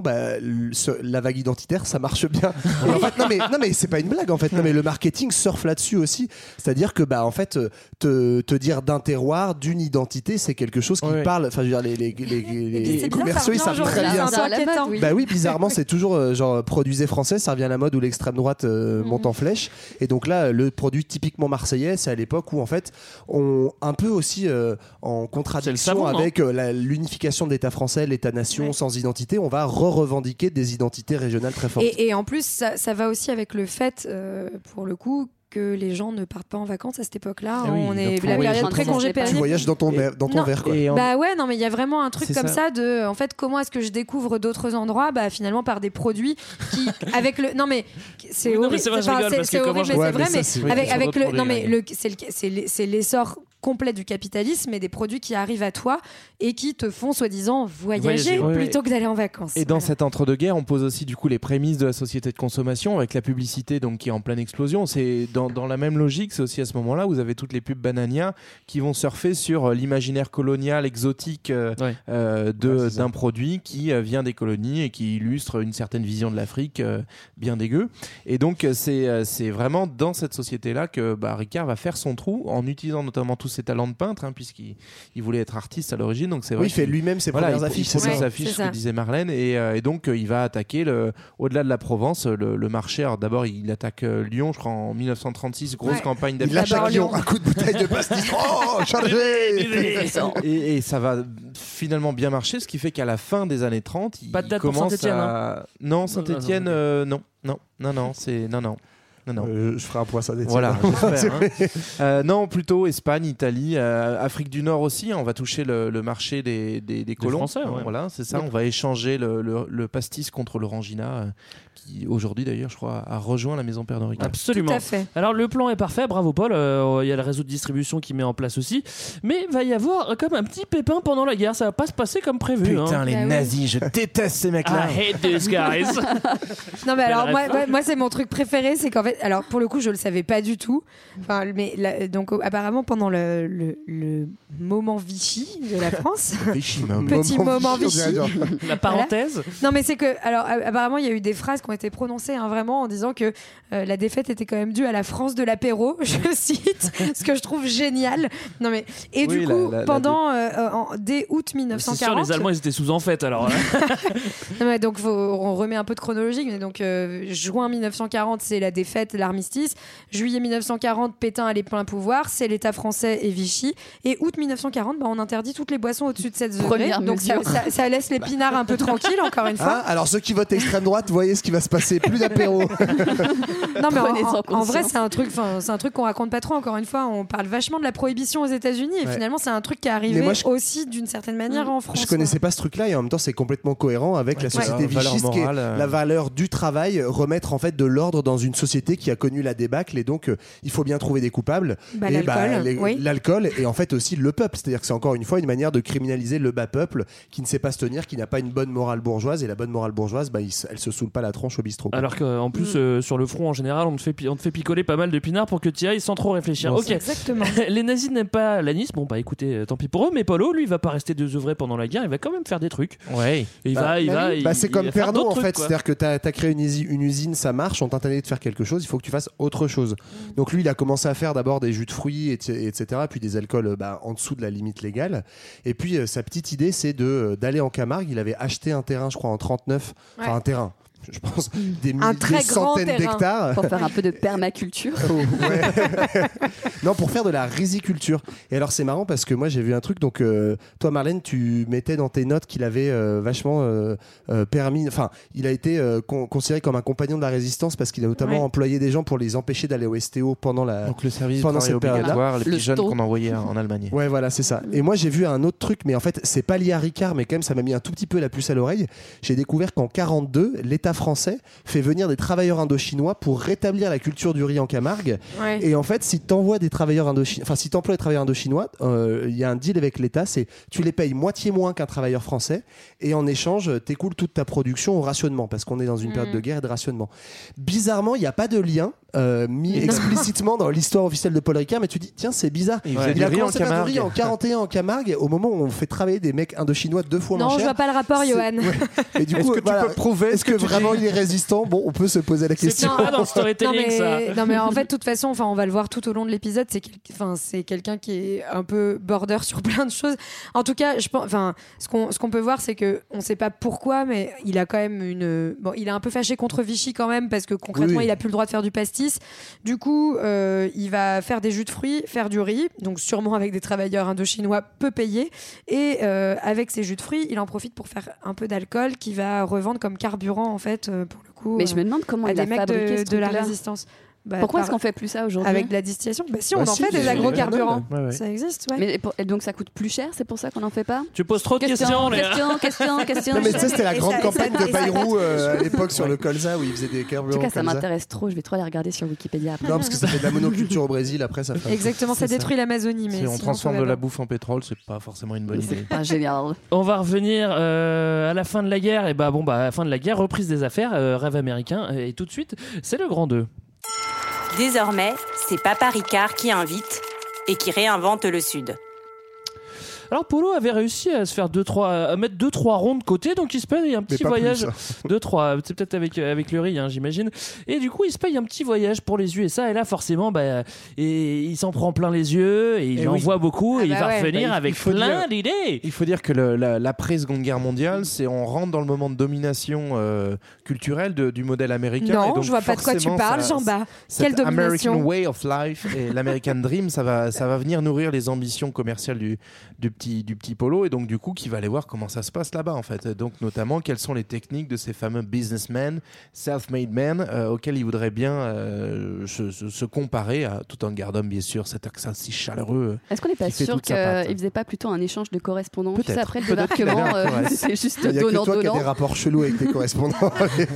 la vague identitaire ça marche bien. Et en fait, non mais c'est pas une blague en fait. Non mais le marketing surfe là-dessus aussi. C'est-à-dire que en fait te dire d'un terroir, d'une identité, c'est quelque chose qui parle. Enfin, je veux dire les commerciaux ils savent très bien ça. Oui, bizarrement c'est toujours genre produisez français, ça revient à la mode où l'extrême droite monte en flèche. Et donc là le produit typiquement marseillais, c'est à l'époque où en fait on un peu aussi en contradiction avec l'unification de l'État français, l'État-nation sans identité, on va revendiquer des identités régionales très fortes.
Et en plus ça va aussi avec le fait pour le coup que les gens ne partent pas en vacances à cette époque-là. On est la période pré-congé période.
Tu voyages dans ton verre, quoi.
Mais il y a vraiment un truc comme ça de, en fait, comment est-ce que je découvre d'autres endroits, finalement par des produits qui, avec le, non mais c'est horrible, c'est horrible, mais c'est vrai, mais avec le, non mais c'est l'essor complet du capitalisme et des produits qui arrivent à toi et qui te font soi-disant voyager plutôt que d'aller en vacances.
Et dans cet entre-deux-guerres, on pose aussi du coup les prémices de la société de consommation avec la publicité donc qui est en pleine explosion. C'est dans la même logique, c'est aussi à ce moment-là où vous avez toutes les pubs Banania qui vont surfer sur l'imaginaire colonial exotique d'un produit qui vient des colonies et qui illustre une certaine vision de l'Afrique bien dégueu. Et donc c'est vraiment dans cette société-là que Ricard va faire son trou en utilisant notamment tous ses talents de peintre, puisqu'il voulait être artiste à l'origine. Donc c'est vrai
il fait lui-même ses premières affiches.
C'est ça. Ce que disait Marlène. Et donc il va attaquer au-delà de la Provence le marché. Alors d'abord il attaque Lyon, je crois en 1936, grosse campagne d'affiches.
Il attaque Lyon, un coup de bouteille de pastis. Oh, chargé.
Et ça va finalement bien marcher, ce qui fait qu'à la fin des années 30,
pas de date pour Saint-Étienne.
Non, Saint-Étienne, non. C'est non.
Je ferai un point ça d'Étienne.
Voilà, j'espère. Non, plutôt Espagne, Italie, Afrique du Nord aussi. On va toucher le marché des colons.
Français,
voilà, c'est ça. On va échanger le pastis contre l'orangina, qui aujourd'hui d'ailleurs, je crois, a rejoint la maison Pernod Ricard.
Absolument.
Tout à fait.
Alors le plan est parfait, bravo Paul. Il y a le réseau de distribution qui met en place aussi, mais il va y avoir comme un petit pépin pendant la guerre. Ça va pas se passer comme prévu.
Putain, les nazis, je déteste ces mecs-là.
I hate these guys.
Non mais alors moi c'est mon truc préféré, c'est qu'en fait, alors pour le coup je le savais pas du tout. Enfin, mais donc apparemment pendant le moment Vichy de la France, petit moment Vichy,
la parenthèse.
Voilà. Non mais c'est que alors apparemment il y a eu des phrases qui ont été prononcées vraiment en disant que la défaite était quand même due à la France de l'apéro, je cite, ce que je trouve génial. Non mais du coup pendant dès août 1940,
c'est sûr, les Allemands ils étaient sous en fête alors.
Non, mais donc on remet un peu de chronologique, mais donc juin 1940 c'est la défaite, l'armistice. Juillet 1940 Pétain a les pleins pouvoirs, c'est l'État français et Vichy. Et août 1940 on interdit toutes les boissons au-dessus de 7 degrés. Donc ça laisse les pinards un peu tranquilles encore une fois.
Alors ceux qui votent extrême droite, voyez ce qui va se passer, plus d'apéro.
Non mais en vrai c'est un truc qu'on raconte pas trop. Encore une fois, on parle vachement de la prohibition aux États-Unis et finalement c'est un truc qui est arrivé aussi d'une certaine manière en France.
Je connaissais pas ce truc-là et en même temps c'est complètement cohérent avec la société vichiste qui est la valeur du travail, remettre en fait de l'ordre dans une société qui a connu la débâcle et donc il faut bien trouver des coupables. L'alcool et en fait aussi le peuple, c'est-à-dire que c'est encore une fois une manière de criminaliser le bas peuple qui ne sait pas se tenir, qui n'a pas une bonne morale bourgeoise et la bonne morale bourgeoise elle se saoule pas la tronche au bistrot.
Alors qu'en plus sur le front en général on te fait picoler pas mal de pinards pour que tu y ailles sans trop réfléchir.
Ok. Exactement.
Les nazis n'aiment pas l'anis, écoutez, tant pis pour eux, mais Polo lui il va pas rester désœuvré pendant la guerre, il va quand même faire des trucs.
Ouais.
Et
c'est comme Pernod en fait, c'est-à-dire que t'as créé une usine, ça marche, on t'a interdit de faire quelque chose, il faut que tu fasses autre chose. Donc lui il a commencé à faire d'abord des jus de fruits etc., puis des alcools en dessous de la limite légale, et puis sa petite idée c'est d'aller en Camargue. Il avait acheté un terrain je crois en 39, enfin un terrain je pense, des
centaines
d'hectares.
Pour faire un peu de permaculture.
Non, pour faire de la riziculture. Et alors, c'est marrant parce que moi, j'ai vu un truc. Donc, toi, Marlène, tu mettais dans tes notes qu'il avait vachement permis. Enfin, il a été considéré comme un compagnon de la résistance parce qu'il a notamment employé des gens pour les empêcher d'aller au STO pendant
le service pendant cette période-là. Les petits jeunes qu'on envoyait en Allemagne.
Ouais, voilà, c'est ça. Et moi, j'ai vu un autre truc, mais en fait, c'est pas lié à Ricard, mais quand même, ça m'a mis un tout petit peu la puce à l'oreille. J'ai découvert qu'en 1942, l'État français fait venir des travailleurs indochinois pour rétablir la culture du riz en Camargue. Ouais. Et en fait, si t'emploies des travailleurs indochinois, il y a un deal avec l'État, c'est tu les payes moitié moins qu'un travailleur français, et en échange, t'écoules toute ta production au rationnement, parce qu'on est dans une période de guerre et de rationnement. Bizarrement, il n'y a pas de lien mis explicitement dans l'histoire officielle de Paul Ricard, mais tu dis tiens, c'est bizarre. Il a commencé à faire du riz en 41 en Camargue, au moment où on fait travailler des mecs indochinois 2 fois moins cher.
Non, je vois pas le rapport, Johan.
Et du coup,
tu peux prouver
est-ce que vraiment il est résistant? Bon, on peut se poser la question.
C'est pas dans le storytelling, ça.
Non, mais en fait, de toute façon, on va le voir tout au long de l'épisode, c'est quelqu'un qui est un peu border sur plein de choses. En tout cas, je pense, ce qu'on peut voir, c'est que on sait pas pourquoi, mais il a quand même il est un peu fâché contre Vichy quand même, parce que concrètement, il a plus le droit de faire du pastis. Du coup, il va faire des jus de fruits, faire du riz, donc sûrement avec des travailleurs indochinois peu payés, et avec ces jus de fruits, il en profite pour faire un peu d'alcool qu'il va revendre comme carburant en fait pour le coup.
Mais je me demande comment il a fabriqué
de la résistance.
Pourquoi est-ce qu'on fait plus ça aujourd'hui
avec de la distillation? Si, on en fait des agrocarburants. Ça existe,
Mais donc ça coûte plus cher, c'est pour ça qu'on n'en fait pas?
Tu poses trop de questions, Léa.
Question.
Non, mais tu sais, c'était la grande campagne de Bayrou à l'époque sur le colza où ils faisaient des carburants.
En tout cas, ça m'intéresse trop. Je vais trop aller regarder sur Wikipédia après.
Non, parce que ça fait de la monoculture au Brésil. Après, ça fait.
Exactement, ça détruit l'Amazonie. Mais
si on transforme de la bouffe en pétrole, c'est pas forcément une bonne idée.
C'est pas génial.
On va revenir à la fin de la guerre. Et à la fin de la guerre, reprise des affaires, rêve américain. Et tout de suite, c'est le grand 2.
Désormais, c'est Papa Ricard qui invite et qui réinvente le Sud.
Alors Polo avait réussi à se faire à mettre 2-3 ronds de côté, donc il se paye un petit voyage. 2-3, c'est peut-être avec le riz, j'imagine. Et du coup, il se paye un petit voyage pour les USA. Et là, forcément, et il s'en prend plein les yeux et il en voit beaucoup. Et il va revenir avec plein d'idées.
Il faut dire que l'après-seconde guerre mondiale, on rentre dans le moment de domination culturelle du modèle américain.
Non,
et donc
je vois pas de quoi tu parles, Jean-Bas. Quelle domination?
American way of life et l'American dream, ça va venir nourrir les ambitions commerciales du petit Polo, et donc du coup qui va aller voir comment ça se passe là-bas en fait, donc notamment quelles sont les techniques de ces fameux businessmen, self-made men auxquels il voudrait bien se comparer, tout en gardant bien sûr cet accent si chaleureux.
Est-ce qu'on n'est pas sûr qu'il faisait pas plutôt un échange de correspondants? Tu sais, après le débarquement, c'est juste donnant-donnant. Il y a que toi qui as des
rapports chelous avec tes correspondants.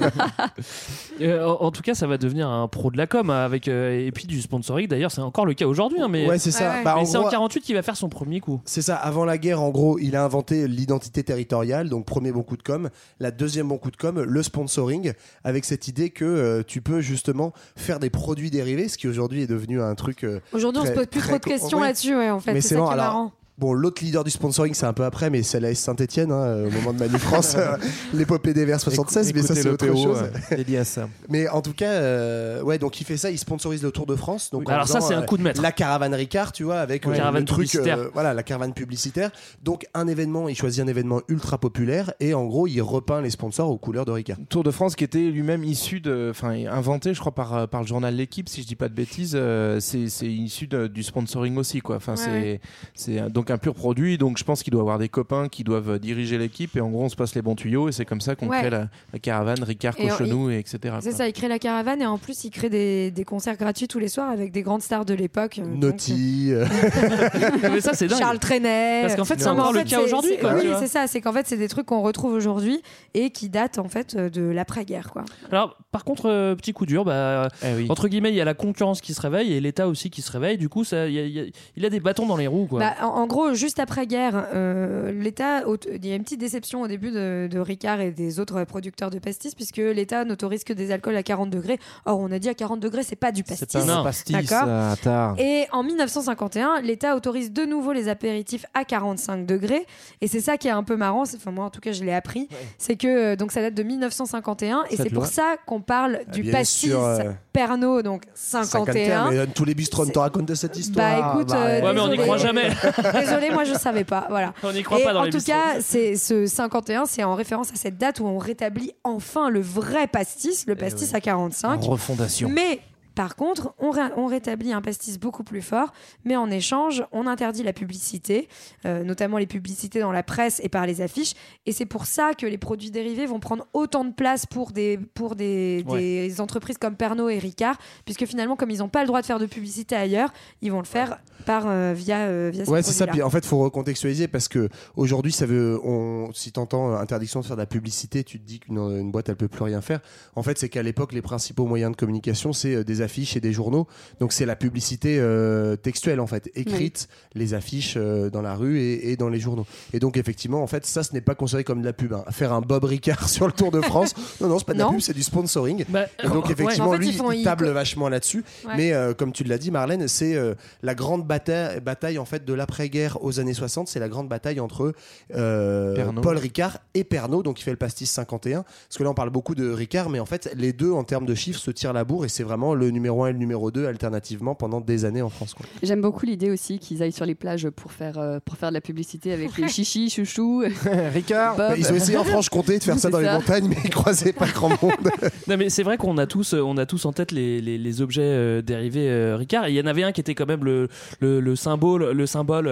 En tout cas, ça va devenir un pro de la com et puis du sponsoring. D'ailleurs, c'est encore le cas aujourd'hui, mais
ouais, c'est ça.
Mais c'est en 48 qu'il va faire son premier coup.
C'est ça. Avant la guerre, en gros, il a inventé l'identité territoriale, donc premier bon coup de com. La deuxième bon coup de com, le sponsoring, avec cette idée que tu peux justement faire des produits dérivés, ce qui aujourd'hui est devenu un truc.
Aujourd'hui, on se pose plus trop de questions là-dessus, en fait.
Mais
c'est ça qui est marrant.
Bon, l'autre leader du sponsoring, c'est un peu après, mais c'est la Saint-Etienne, au moment de Manu France, l'épopée des Verts 76, mais ça, c'est autre chose.
Dédié à ça.
Mais en tout cas, donc il fait ça, il sponsorise le Tour de France. Donc
alors ça, c'est un coup de maître.
La caravane Ricard, tu vois, avec le truc, la caravane publicitaire. Donc il choisit un événement ultra populaire, et en gros, il repeint les sponsors aux couleurs de Ricard.
Tour de France qui était lui-même inventé, je crois, par le journal L'Équipe, si je dis pas de bêtises. C'est issu du sponsoring aussi, quoi. Enfin, c'est donc un pur produit, donc je pense qu'il doit avoir des copains qui doivent diriger l'équipe, et en gros on se passe les bons tuyaux, et c'est comme ça qu'on crée la caravane Ricard, Cochonou, etc.
C'est ça, il crée la caravane, et en plus il crée des concerts gratuits tous les soirs avec des grandes stars de l'époque.
Naughty.
Mais ça, c'est dingue.
Charles Trenet.
Parce qu'en fait, c'est encore le cas aujourd'hui.
Oui, c'est ça, c'est qu'en fait c'est des trucs qu'on retrouve aujourd'hui et qui datent en fait de l'après-guerre, quoi.
Alors par contre, petit coup dur, entre guillemets, il y a la concurrence qui se réveille et l'État aussi qui se réveille, du coup il a des bâtons dans les roues, quoi.
En gros, juste après-guerre, l'État, il y a une petite déception au début de Ricard et des autres producteurs de pastis, puisque l'État n'autorise que des alcools à 40 degrés. Or, on a dit à 40 degrés, c'est pas du pastis.
C'est pas un pastis.
D'accord. Et en 1951, l'État autorise de nouveau les apéritifs à 45 degrés. Et c'est ça qui est un peu marrant. Enfin, moi, en tout cas, je l'ai appris. Ouais. C'est que donc ça date de 1951, et c'est pour ça qu'on parle du pastis Pernod, donc 51.
Mais tous les bistrots te racontent de cette histoire.
Écoute,
mais on n'y croit jamais.
désolée, moi je savais pas. Voilà.
On n'y croit pas dans les
bistrots. En tout cas, c'est ce 51, c'est en référence à cette date où on rétablit enfin le vrai pastis, le pastis à 45.
En refondation.
Mais par contre, on rétablit un pastis beaucoup plus fort, mais en échange, on interdit la publicité, notamment les publicités dans la presse et par les affiches. Et c'est pour ça que les produits dérivés vont prendre autant de place pour des entreprises comme Pernod et Ricard, puisque finalement, comme ils n'ont pas le droit de faire de publicité ailleurs, ils vont le faire via ces
ouais, c'est ça.
produits-là.
Puis en fait, il faut recontextualiser parce que aujourd'hui, si t'entends interdiction de faire de la publicité, tu te dis qu'une boîte elle peut plus rien faire. En fait, c'est qu'à l'époque, les principaux moyens de communication, c'est des affiches et des journaux. Donc c'est la publicité textuelle en fait, écrite, les affiches dans la rue et dans les journaux. Et donc effectivement, en fait, ça, ce n'est pas considéré comme de la pub. Faire un Bob Ricard sur le Tour de France, non, c'est pas de la pub, c'est du sponsoring. Et donc effectivement, lui, il table vachement là-dessus. Ouais. Mais comme tu l'as dit, Marlène, c'est la grande bataille en fait de l'après-guerre aux années 60. C'est la grande bataille entre Paul Ricard et Pernod, donc il fait le pastis 51. Parce que là, on parle beaucoup de Ricard, mais en fait, les deux en termes de chiffres se tirent la bourre et c'est vraiment le numéro 1 et le numéro 2 alternativement pendant des années en France.
J'aime beaucoup l'idée aussi qu'ils aillent sur les plages pour faire de la publicité avec les chichis, chouchous,
Ricard.
Ils ont essayé en Franche-Comté de faire ça dans les montagnes, mais ils croisaient pas grand monde.
Non, mais c'est vrai qu'on a tous en tête les objets dérivés Ricard. Et il y en avait un qui était quand même le symbole. Le symbole.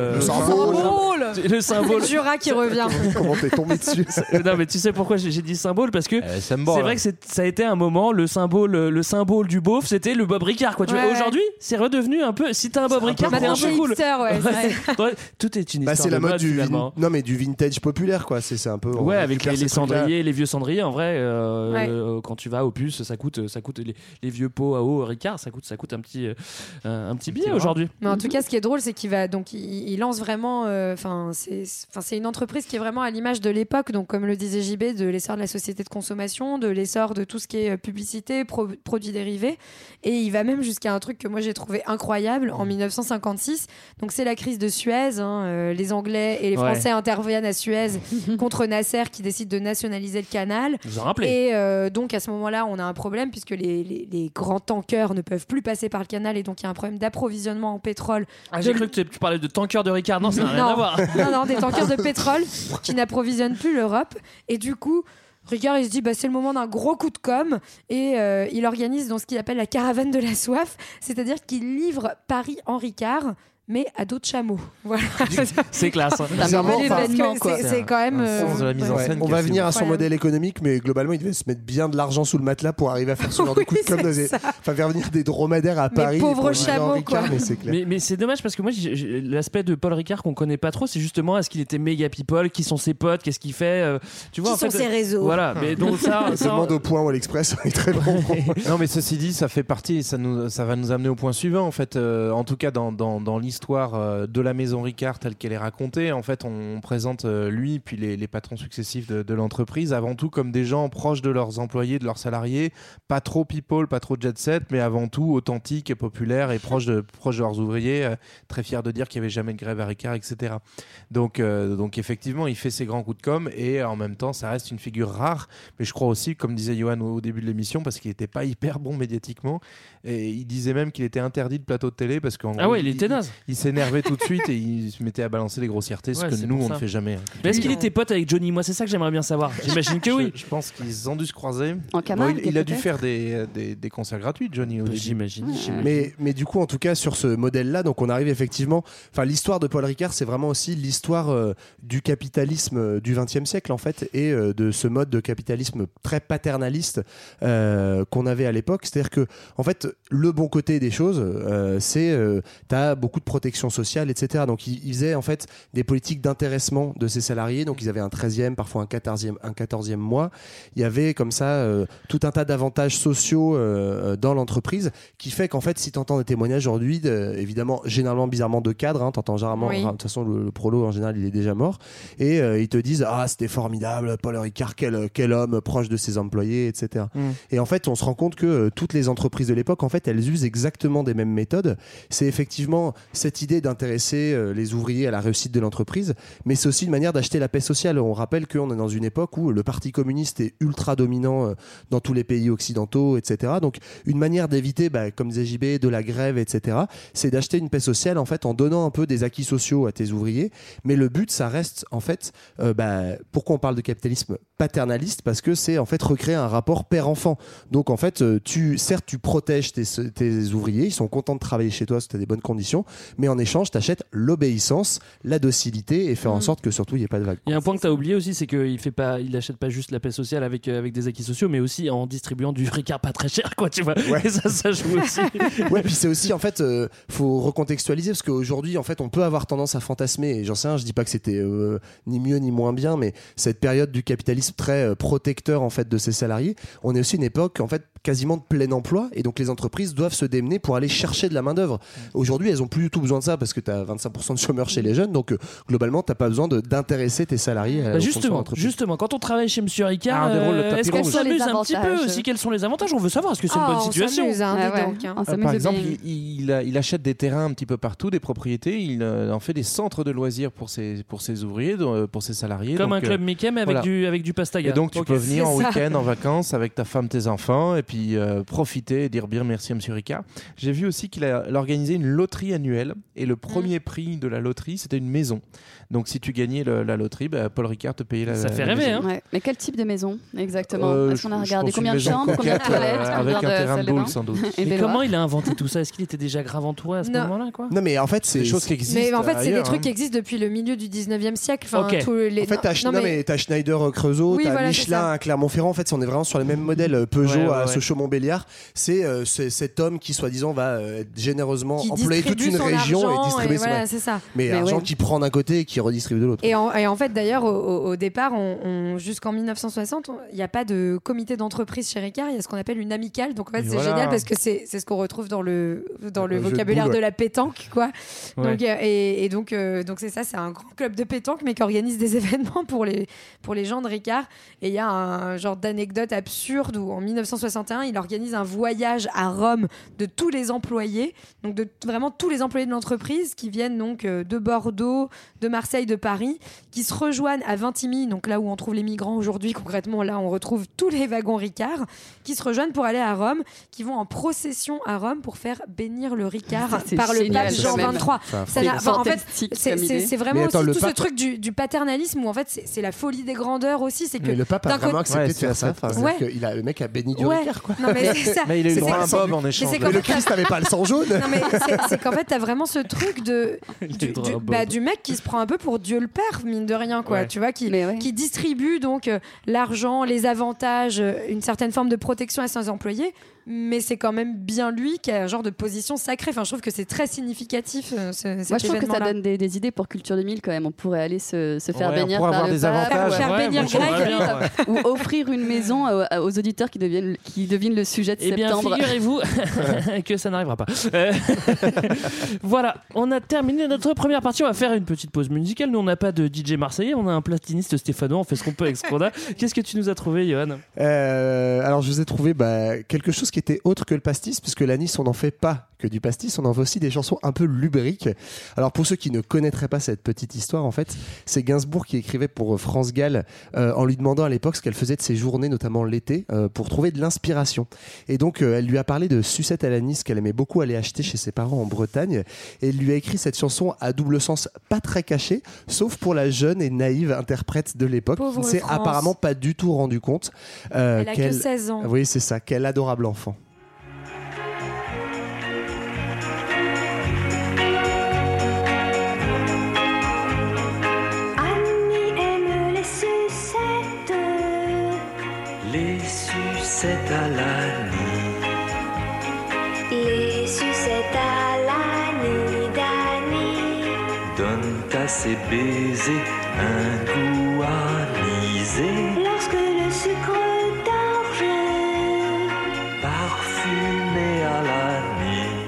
Jura qui revient.
Comment t'es tombé dessus?
Non, mais tu sais pourquoi j'ai dit symbole, parce que c'est vrai que ça a été un moment le symbole du beauf, c'était le Bob Ricard, quoi. Tu vois, aujourd'hui, c'est redevenu un peu. Si t'as un Bob Ricard, t'es un peu cool. Tout est une histoire.
C'est la mode
finalement.
Non, mais du vintage populaire, quoi. C'est un peu.
Ouais, avec les cendriers, les vieux cendriers. En vrai, quand tu vas au Puce, ça coûte les vieux pots à eau Ricard, ça coûte un petit billet aujourd'hui.
Mais en tout cas, ce qui est drôle, c'est qu'il lance vraiment. C'est une entreprise qui est vraiment à l'image de l'époque. Donc, comme le disait JB, de l'essor de la société de consommation, de l'essor de tout ce qui est publicité, produits dérivés. Et il va même jusqu'à un truc que moi j'ai trouvé incroyable en 1956. Donc, c'est la crise de Suez. Les Anglais et les Français interviennent à Suez contre Nasser qui décide de nationaliser le canal.
Vous en rappelez.
Et donc, à ce moment-là, on a un problème puisque les grands tankers ne peuvent plus passer par le canal et donc il y a un problème d'approvisionnement en pétrole.
J'ai cru que tu parlais de tankers de Ricard. Non, ça n'a rien à voir.
Non, des tankers de pétrole qui n'approvisionnent plus l'Europe. Et du coup, Ricard, il se dit c'est le moment d'un gros coup de com' et il organise donc ce qu'il appelle la caravane de la soif, c'est-à-dire qu'il livre Paris en Ricard, mais à dos de chameau. Voilà.
C'est classe. Hein.
C'est quand même.
De la mise en scène.
On va venir à son modèle économique, mais globalement, il devait se mettre bien de l'argent sous le matelas pour arriver à faire ce genre de coup de com'. Enfin, faire venir des dromadaires à Paris.
Pauvres chameaux, quoi.
Mais c'est dommage parce que moi, l'aspect de Paul Ricard qu'on connaît pas trop, c'est justement est-ce qu'il était méga people, qui sont ses potes, qu'est-ce qu'il fait, tu vois.
Qui sont ses réseaux.
Voilà. Mais donc ça.
Demande au Point ou à l'Express, on est très bon.
Non, mais ceci dit, ça fait partie, ça va nous amener au point suivant, en fait. En tout cas, dans l'histoire de la maison Ricard telle qu'elle est racontée, en fait, on présente lui puis les patrons successifs de l'entreprise avant tout comme des gens proches de leurs employés, de leurs salariés, pas trop people, pas trop jet set, mais avant tout authentiques et populaires et proches de leurs ouvriers, très fiers de dire qu'il n'y avait jamais de grève à Ricard, etc. Donc effectivement, il fait ses grands coups de com' et en même temps, ça reste une figure rare, mais je crois aussi, comme disait Johan au début de l'émission, parce qu'il n'était pas hyper bon médiatiquement, et il disait même qu'il était interdit de plateau de télé parce qu'en gros,
il était naze.
Il s'énervait tout de suite et il se mettait à balancer les grossièretés, ce que nous on ne fait jamais.
Mais est-ce qu'il était pote avec Johnny? Moi, c'est ça que j'aimerais bien savoir. J'imagine que oui.
Je pense qu'ils ont dû se croiser.
En Camargue,
il a dû faire des concerts gratuits, Johnny.
J'imagine.
Mais du coup, en tout cas, sur ce modèle-là, donc on arrive effectivement. Enfin, l'histoire de Paul Ricard, c'est vraiment aussi l'histoire du capitalisme du XXe siècle en fait, et de ce mode de capitalisme très paternaliste qu'on avait à l'époque. C'est-à-dire que, en fait, le bon côté des choses, c'est t'as beaucoup de protection sociale, etc. Donc ils faisaient en fait des politiques d'intéressement de ces salariés. Donc ils avaient un 13e, parfois un 14e mois. Il y avait comme ça tout un tas d'avantages sociaux dans l'entreprise qui fait qu'en fait, si tu entends des témoignages aujourd'hui, évidemment, généralement bizarrement de cadres, t'entends généralement, de toute façon le prolo en général il est déjà mort, et ils te disent c'était formidable, Paul Ricard, quel homme proche de ses employés, etc. Et en fait, on se rend compte que toutes les entreprises de l'époque, en fait, elles usent exactement des mêmes méthodes. C'est effectivement cette idée d'intéresser les ouvriers à la réussite de l'entreprise, mais c'est aussi une manière d'acheter la paix sociale. On rappelle qu'on est dans une époque où le Parti communiste est ultra dominant dans tous les pays occidentaux, etc. Donc une manière d'éviter, comme disait JB, de la grève, etc., c'est d'acheter une paix sociale en fait en donnant un peu des acquis sociaux à tes ouvriers. Mais le but, ça reste en fait, pourquoi on parle de capitalisme paternaliste? Parce que c'est en fait recréer un rapport père-enfant. Donc en fait, certes, tu protèges tes ouvriers, ils sont contents de travailler chez toi si tu as des bonnes conditions, mais en échange, tu achètes l'obéissance, la docilité et faire en sorte que surtout il n'y ait pas de vague.
Il y a un point que tu as oublié aussi, c'est qu'il n'achète pas juste la paix sociale avec des acquis sociaux, mais aussi en distribuant du Ricard pas très cher, quoi, tu vois. Ouais. Et ça joue aussi.
Ouais, puis c'est aussi, en fait, faut recontextualiser parce qu'aujourd'hui, en fait, on peut avoir tendance à fantasmer, et j'en sais rien, je dis pas que c'était ni mieux ni moins bien, mais cette période du capitalisme très protecteur, en fait, de ses salariés, on est aussi une époque, en fait, quasiment de plein emploi, et donc les entreprises doivent se démener pour aller chercher de la main-d'œuvre. Aujourd'hui, elles ont plus du tout besoin de ça parce que tu as 25% de chômeurs chez les jeunes, donc globalement, tu n'as pas besoin d'intéresser tes salariés à
justement, quand on travaille chez Monsieur Ricard, est-ce qu'on s'amuse un petit peu aussi? Quels sont les avantages? On veut savoir, est-ce que c'est une bonne situation?
Par exemple, il achète des terrains un petit peu partout, des propriétés, il en fait des centres de loisirs pour ses ouvriers, pour ses salariés.
Comme un club Mickey, mais avec du pastaga.
Et donc tu peux venir en week-end, en vacances, avec ta femme, tes enfants, et puis profiter et dire bien merci à Monsieur Ricard. J'ai vu aussi qu'il a organisé une loterie annuelle, et le premier prix de la loterie, c'était une maison. Donc si tu gagnais la loterie, Paul Ricard te payait la maison.
Ça fait rêver, hein.
Ouais. Mais quel type de maison exactement? Est-ce qu'on a regardé combien de chambres, combien de toilettes,
avec un terrain de boule sans doute.
Et comment il a inventé tout ça? Est-ce qu'il était déjà grave entouré à ce moment-là, quoi?
Non, mais en fait, c'est
des choses qui existent.
Mais en fait, c'est des trucs qui existent depuis le milieu du 19e siècle. Enfin,
okay.
T'as Schneider Creusot, t'as Michelin à Clermont-Ferrand. En fait, on est vraiment sur les mêmes modèles. Peugeot à Sochaux-Montbéliard. C'est cet homme qui, soi-disant, va généreusement employer toute une région et distribuer son argent. Mais argent qui prend d'un côté et qui redistribue de l'autre.
Et en fait, d'ailleurs, au départ, jusqu'en 1960, il n'y a pas de comité d'entreprise chez Ricard. Il y a ce qu'on appelle une amicale. Donc en fait, c'est génial parce que c'est ce qu'on retrouve dans le vocabulaire de la pétanque, quoi. Ouais. Donc c'est ça, c'est un grand club de pétanque, mais qui organise des événements pour les gens de Ricard. Et il y a un genre d'anecdote absurde où en 1961, il organise un voyage à Rome de tous les employés, donc de vraiment tous les employés de l'entreprise qui viennent donc de Bordeaux, de Marseille, de Paris, qui se rejoignent à Vintimille, donc là où on trouve les migrants aujourd'hui. Concrètement, là on retrouve tous les wagons Ricard qui se rejoignent pour aller à Rome, qui vont en procession à Rome pour faire bénir le Ricard par le pape Jean XXIII. En fait, c'est vraiment aussi tout ce truc du paternalisme où en fait c'est la folie des grandeurs aussi. C'est que
le pape a vraiment accepté de faire ça. Le mec a béni du Ricard, quoi.
Non, mais c'est ça.
Mais il a eu droit à un bob en échange.
Mais le Christ n'avait pas le sang jaune.
Non, mais c'est qu'en fait t'as vraiment ce truc du mec qui se prend un peu pour Dieu le Père, mine de rien, quoi. Tu vois, qui distribue donc l'argent, les avantages, une certaine forme de protection à ses employés. Mais c'est quand même bien lui qui a un genre de position sacrée. Enfin, je trouve que c'est très significatif.
Moi, je trouve que ça donne des idées pour Culture 2000 quand même. On pourrait aller se faire bénir
par
le pape,
faire bénir Greg,
ou offrir une maison aux auditeurs qui devinent le sujet de septembre.
Eh bien, figurez-vous que ça n'arrivera pas. Voilà, on a terminé notre première partie. On va faire une petite pause musicale. Nous, on n'a pas de DJ marseillais, on a un platiniste stéphanois. On fait ce qu'on peut avec ce qu'on a. Qu'est-ce que tu nous as trouvé, Johan?
Alors, je vous ai trouvé quelque chose qui était autre que le pastis, puisque l'Anis, on n'en fait pas que du pastis, on en fait aussi des chansons un peu lubriques. Alors pour ceux qui ne connaîtraient pas cette petite histoire, en fait, c'est Gainsbourg qui écrivait pour France Gall en lui demandant à l'époque ce qu'elle faisait de ses journées, notamment l'été, pour trouver de l'inspiration. Et donc elle lui a parlé de sucettes à l'anis qu'elle aimait beaucoup aller acheter chez ses parents en Bretagne, et elle lui a écrit cette chanson à double sens pas très caché, sauf pour la jeune et naïve interprète de l'époque, qui ne s'est apparemment pas du tout rendu compte
elle a que 16 ans.
Oui, c'est ça, quel adorable enfant.
Sucettes à l'Annie.
Les sucettes à l'Annie d'Annie
Donnent à ses baisers un goût anisé.
Lorsque le sucre d'orge
parfumé à l'Annie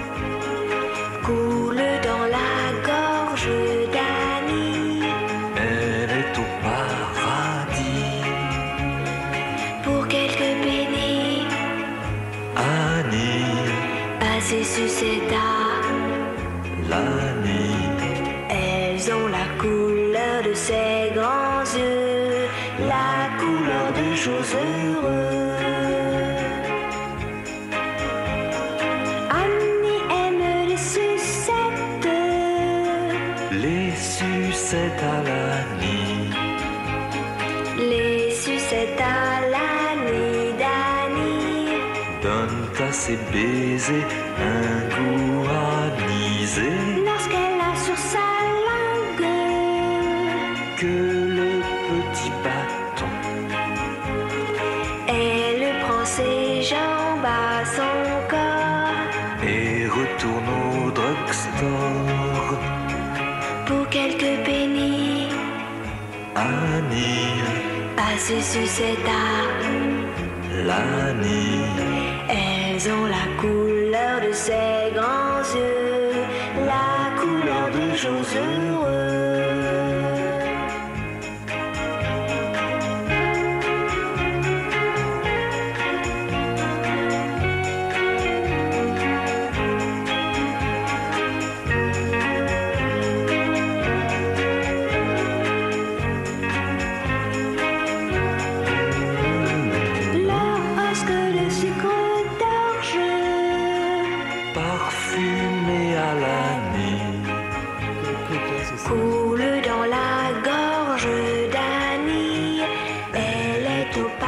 coule dans la gorge d'Annie.
Elle est au paradis.
Pour quelques pennies,
Annie,
à ses sucettes à Elles ont la couleur de ses grands yeux, la couleur des jours heureux. Annie aime les sucettes,
les sucettes à l'Annie,
les sucettes à l'Annie d'Annie.
donnent à ses baisers un goût anisé.
Lorsqu'elle a sur sa langue
Que le petit bâton,
elle prend ses jambes à son corps
et retourne au drugstore.
pour quelques pennies.
Annie,
Passe sucette à
l'Annie,
elles ont la couleur de ses grands yeux, la couleur des jours heureux. Lorsque le sucre d'orge
parfumé à l'Annie,
coule dans la gorge d'Annie, elle est au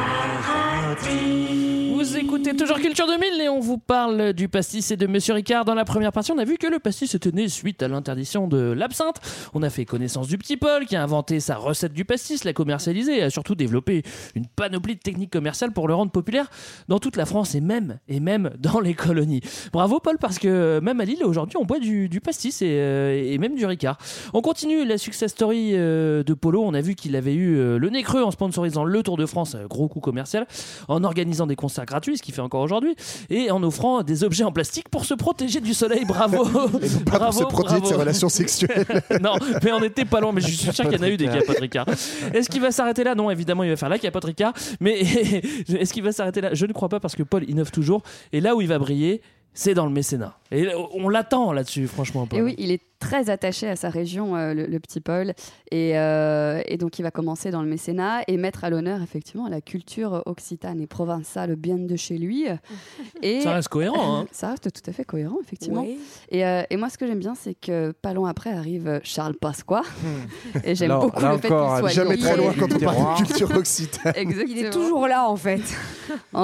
paradis.
Vous écoutez toujours Culture 2000 et on vous parle du pastis et de Monsieur Ricard. Dans la première partie, on a vu que le pastis était né suite à l'interdiction de l'absinthe. On a fait connaissance du petit Paul qui a inventé sa recette du pastis, l'a commercialisé et a surtout développé une panoplie de techniques commerciales pour le rendre populaire dans toute la France et même dans les colonies. Bravo Paul, parce que même à Lille aujourd'hui on boit du pastis et même du Ricard. On continue la success story de Polo. On a vu qu'il avait eu le nez creux en sponsorisant le Tour de France, gros coup commercial, en organisant des concerts gratuits, ce qu'il fait encore aujourd'hui, et en offrant des objets en plastique pour se protéger du soleil. Bravo.
Et non pas pour se protéger de ses relations sexuelles.
Non, mais on était pas loin, mais je suis sûr qu'il y en a eu des capotes Ricard. Est-ce qu'il va s'arrêter là? Non, évidemment, il va faire la capote Ricard, mais est-ce qu'il va s'arrêter là? Je ne crois pas, parce que Paul innove toujours, et là où il va briller, c'est dans le mécénat. Et on l'attend là-dessus, franchement, Paul.
Et oui, il est très attaché à sa région, le petit Paul. Et donc, il va commencer dans le mécénat et mettre à l'honneur, effectivement, la culture occitane et provençale bien de chez lui. Et
ça reste cohérent. Hein.
Ça reste tout à fait cohérent, effectivement.
Oui.
Et moi, ce que j'aime bien, c'est que pas loin après arrive Charles Pasqua. Et j'aime beaucoup le fait qu'il soit
jamais
lié.
très loin quand on parle de culture occitane.
Exactement.
Il est toujours là, en fait.
En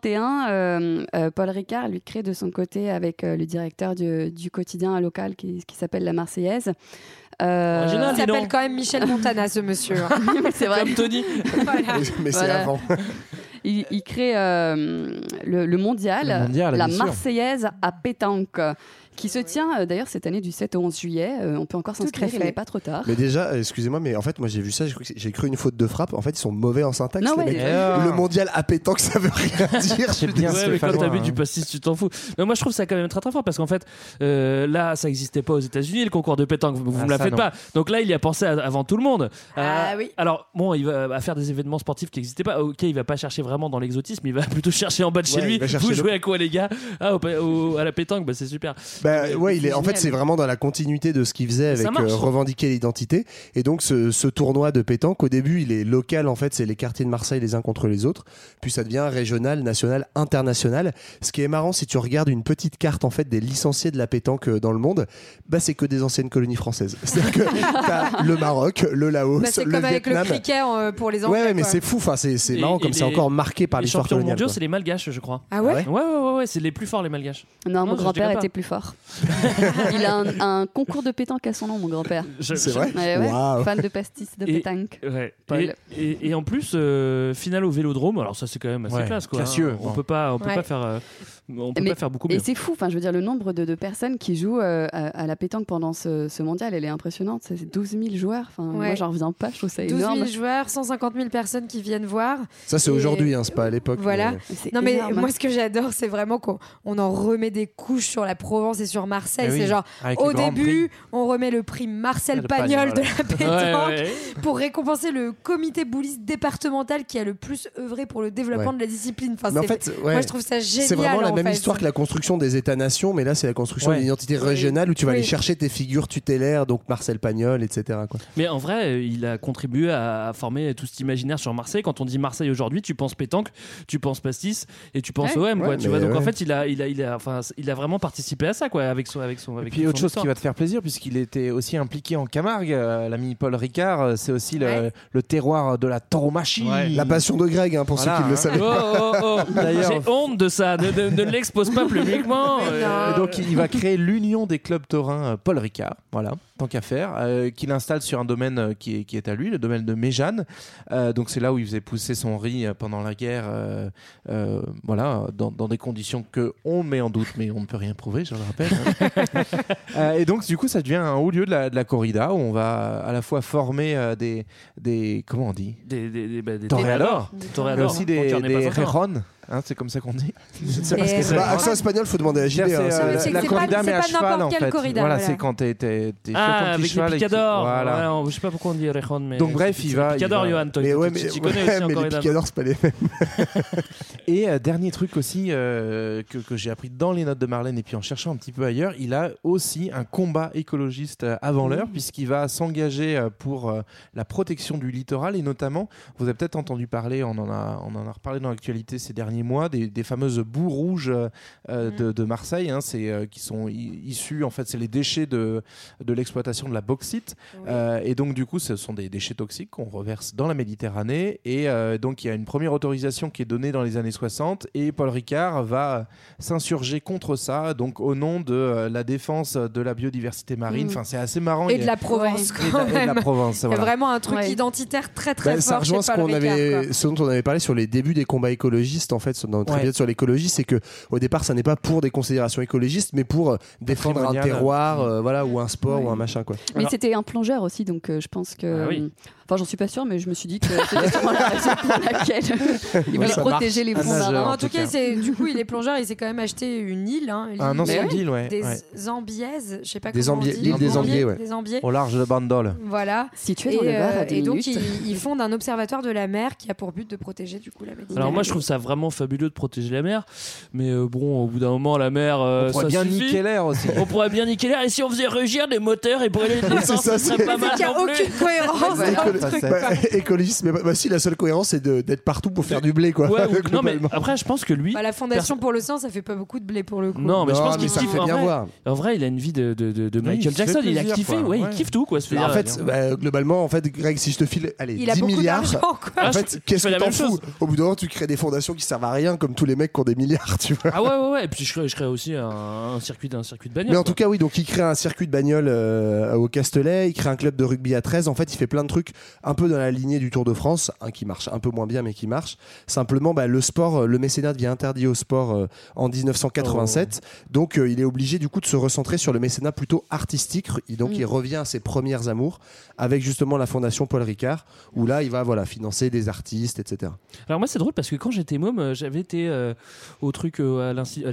61, Paul Ricard lui crée de son côté, avec le directeur du quotidien local qui s'appelle La Marseillaise.
Original,
Il s'appelle quand même Michel Montana, ce monsieur.
C'est vrai.
Comme Tony.
Voilà.
Mais c'est
Voilà.
avant.
Il crée le mondial, la
bien sûr.
Marseillaise à pétanque, qui se tient d'ailleurs cette année du 7 au 11 juillet. On peut encore s'inscrire, il n'est pas trop tard.
Mais déjà, excusez-moi, mais en fait, moi j'ai vu ça, j'ai cru une faute de frappe. En fait, ils sont mauvais en syntaxe.
Non,
les
ouais.
mecs. Le mondial à pétanque, ça veut rien dire.
C'est bien,
Ouais, mais quand
Stéphane.
t'as bu du pastis, tu t'en fous. Mais moi, je trouve ça quand même très très fort, parce qu'en fait, là, ça n'existait pas aux États-Unis, le concours de pétanque. Vous me la
ça,
faites
non.
pas. Donc là, il y a pensé avant tout le monde.
Ah oui.
Alors, bon, il va à faire des événements sportifs qui n'existaient pas. Ok, il va pas chercher vraiment dans l'exotisme, il va plutôt chercher en bas de chez
Ouais,
lui.
il va chercher
Vous
le-
jouez à quoi, les gars? À la pétanque, bah, c'est super.
Bah, ouais, il est, en
génial.
fait, c'est vraiment dans la continuité de ce qu'il faisait
Ça
avec
marche.
revendiquer l'identité. Et donc, ce tournoi de pétanque, au début, il est local, en fait, c'est les quartiers de Marseille les uns contre les autres. Puis ça devient régional, national, international. Ce qui est marrant, si tu regardes une petite carte, en fait, des licenciés de la pétanque dans le monde, bah, c'est que des anciennes colonies françaises. C'est-à-dire que t'as le Maroc, le Laos,
Bah, c'est
le
comme avec le
Vietnam.
cricket pour les Anglais.
Ouais, mais
quoi.
c'est fou. Enfin, c'est
Et-
marrant
et
comme c'est
les-
encore marqué par
Les
l'histoire
champions
coloniale.
mondiaux,
quoi.
c'est les Malgaches, je crois.
Ah ouais,
Ouais, c'est les plus forts, les Malgaches.
Non, mon
je
grand-père
dirais pas.
était plus fort. Il a un concours de pétanque à son nom, mon grand-père.
C'est vrai.
Ouais, ouais.
Waouh.
Fan de pastis de
Et-
pétanque.
Ouais.
Paul.
Et en plus, finale au Vélodrome. Alors ça, c'est quand même assez
Ouais,
classe, quoi.
classieux.
On peut pas
Ouais.
faire. On peut
Mais-
pas faire beaucoup
Et
mieux.
c'est fou, enfin, je veux dire, le nombre de personnes qui jouent à la pétanque pendant ce mondial, elle est impressionnante. C'est 12 000 joueurs. Enfin,
Ouais.
Moi, j'en reviens pas, je trouve ça
12
énorme.
000 joueurs, 150 000 personnes qui viennent voir.
Ça, c'est
Et-
aujourd'hui, hein, c'est pas à l'époque.
Voilà.
mais-
C'est
Non mais
énorme.
moi ce que j'adore c'est vraiment qu'on en remet des couches sur la Provence et sur Marseille.
Eh oui,
C'est genre
avec
au
le grand
début on remet le prix Marcel
Le
Pagnol
Pagnol,
de la pétanque
Ouais.
pour récompenser le comité bouliste départemental qui a le plus œuvré pour le développement
Ouais.
de la discipline. Enfin,
Mais en
c'est-
fait, ouais.
moi je trouve ça génial.
C'est vraiment la
en
même histoire que la construction des États-nations, mais là c'est la construction d'une identité régionale où tu vas aller chercher tes figures tutélaires, donc Marcel Pagnol, etc. quoi.
Mais en vrai, il a contribué à former tout cet imaginaire sur Marseille. Quand on dit Marseille aujourd'hui, tu penses pétanque, tu penses pastis et tu penses OM, quoi. Tu vois, donc en fait, il a vraiment participé à ça, quoi, avec son. Et
puis autre chose qui va te faire plaisir, puisqu'il était aussi impliqué en Camargue, l'ami Paul Ricard, c'est aussi le terroir de la tauromachie.
La passion de Greg, hein, pour ceux qui le savaient.
D'ailleurs, j'ai honte de ça. Ne l'expose pas publiquement.
Et donc il va créer l'Union des clubs taurins Paul Ricard, voilà, tant qu'à faire, qu'il installe sur un domaine qui est à lui, le domaine de Méjane. Donc c'est là où il faisait pousser son riz pendant la guerre, voilà, dans des conditions que on met en doute, mais on ne peut rien prouver, je le rappelle. Et donc du coup ça devient un haut lieu de la corrida où on va à la fois former des comment on dit,
des
toréadors, mais aussi des rejones. Hein, c'est comme ça qu'on dit.
Je ne sais pas ce que c'est. Accent espagnol, faut demander à JB.
C'est la corrida, mais à cheval en fait. Voilà, c'est quand t'es sur ton petit cheval.
Les picadors. Voilà. Je sais pas pourquoi on dit rejon, mais.
Donc bref, il va.
Picador, Johan, toi. Tu connais aussi
mais les picadors, c'est pas les mêmes.
Et dernier truc aussi que j'ai appris dans les notes de Marlène et puis en cherchant un petit peu ailleurs, il a aussi un combat écologiste avant l'heure, puisqu'il va s'engager pour la protection du littoral et notamment, vous avez peut-être entendu parler, on en a reparlé dans l'actualité ces derniers mois, des fameuses boues rouges de Marseille, hein, qui sont issus, en fait, c'est les déchets de l'exploitation de la bauxite. Et donc, du coup, ce sont des déchets toxiques qu'on reverse dans la Méditerranée. Et donc, il y a une première autorisation qui est donnée dans les années 60 et Paul Ricard va s'insurger contre ça, donc au nom de la défense de la biodiversité marine. Enfin, c'est assez marrant.
Et de la Provence, quand même.
Et de la Provence,
il y a vraiment un truc identitaire très très fort.
Ça rejoint ce dont on avait parlé sur les débuts des combats écologistes, en fait, dans notre épisode sur l'écologie, c'est que au départ, ça n'est pas pour des considérations écologistes, mais pour défendre un terroir, voilà, ou un sport ou un machin, quoi.
Mais c'était un plongeur aussi, donc je pense que. Enfin, j'en suis pas sûre, mais je me suis dit que c'était sûrement la raison pour laquelle il voulait protéger les fonds marins.
En tout cas, du coup, il est plongeur, il s'est quand même acheté une île.
Un ancien île,
des Ambiaises, je sais pas comment on dit.
L'île des Ambiers,
des Ambiers.
Au large de Bandol.
Voilà.
Situé dans le Var à 10
et donc,
minutes.
ils fondent un observatoire de la mer qui a pour but de protéger du coup la Méditerranée.
Alors moi, je trouve ça vraiment fabuleux de protéger la mer, mais bon, au bout d'un moment, la mer,
on pourrait bien
suffit.
niquer l'air aussi.
On pourrait bien niquer l'air, et si on faisait rugir des moteurs et brûler de l'essence, ça serait pas mal.
Il n'y a aucune cohérence dans le truc.
Écologiste, mais si la seule cohérence c'est d'être partout pour faire du blé, quoi.
Non, mais après, je pense que lui.
La Fondation pour l'océan, ça fait pas beaucoup de blé pour le coup.
Non, mais je pense qu'il kiffe.
En
vrai, il a une vie de Michael Jackson. Il a kiffé, il kiffe tout, quoi.
En fait, globalement, en fait, Greg, si je te file, allez, 10 milliards, en fait, qu'est-ce que t'en fous ? Au bout d'un moment, tu crées des fondations qui servent à rien, comme tous les mecs qui ont des milliards, tu vois.
Ah ouais. Et puis je crée aussi un circuit de bagnole.
Mais en tout cas, oui, donc il crée un circuit de bagnole au Castellet, il crée un club de rugby à 13. En fait, il fait plein de trucs un peu dans la lignée du Tour de France, qui marche un peu moins bien, mais qui marche. Simplement, le sport, le mécénat devient interdit au sport en 1987. Donc, il est obligé du coup de se recentrer sur le mécénat plutôt artistique. Et donc, il revient à ses premières amours avec justement la Fondation Paul Ricard, où là, il va financer des artistes, etc.
Alors moi, c'est drôle parce que quand j'étais môme, j'avais été au truc à l'Institut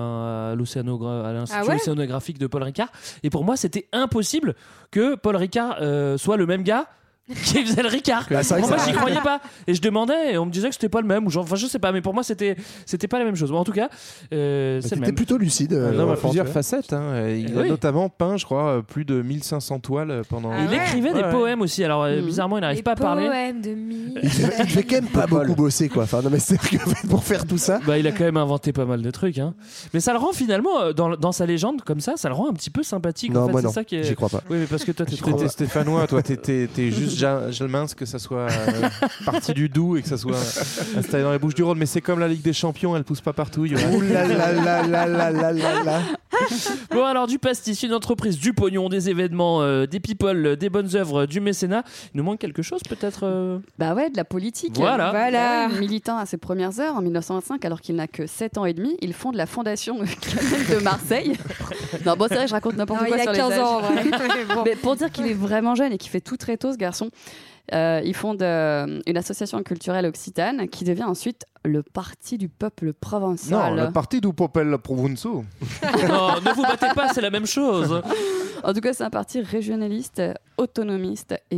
océanographique de Paul Ricard, et pour moi, c'était impossible que Paul Ricard soit le même gars qui faisait le Ricard. Moi, j'y croyais pas. Et je demandais, et on me disait que c'était pas le même. Enfin, je sais pas, mais pour moi, c'était pas la même chose. Bon, en tout cas, c'est le même.
T'es plutôt lucide.
Il a plusieurs facettes. Hein. Il a notamment peint, je crois, plus de 1500 toiles pendant.
Il écrivait des poèmes aussi. Alors, bizarrement, il n'arrive pas à parler.
Des poèmes de Mille.
Il devait quand même pas beaucoup bosser, quoi. Enfin, non, mais c'est que pour faire tout ça.
Il a quand même inventé pas mal de trucs. Hein. Mais ça le rend finalement, dans sa légende, comme ça le rend un petit peu sympathique.
Non,
en fait,
moi
c'est
non.
ça qui est...
J'y crois pas.
Oui, mais parce que toi,
t'es stéphanois, toi, t'es juste Gelmins, que ça soit parti du Doubs et que ça soit installé dans les Bouches-du-Rhône. Mais c'est comme la Ligue des Champions, elle pousse pas partout.
Ouh là là là là là là là là.
Bon, alors, du pastis, une entreprise, du pognon, des événements, des people, des bonnes œuvres, du mécénat. Il nous manque quelque chose, peut-être
Bah ouais, de la politique.
Voilà.
Militant à ses premières heures, en 1925, alors qu'il n'a que 7 ans et demi, il fonde la Fondation de Marseille. Non, bon, c'est vrai, je raconte n'importe quoi sur les âges.
Il a 15 ans, ouais.
Mais pour dire qu'il est vraiment jeune et qu'il fait tout très tôt, ce garçon. Il fonde une association culturelle occitane qui devient ensuite le Parti du peuple provençal.
Non, le Parti du peuple provençal.
Non, ne vous battez pas, c'est la même chose.
En tout cas, c'est un parti régionaliste, autonomiste et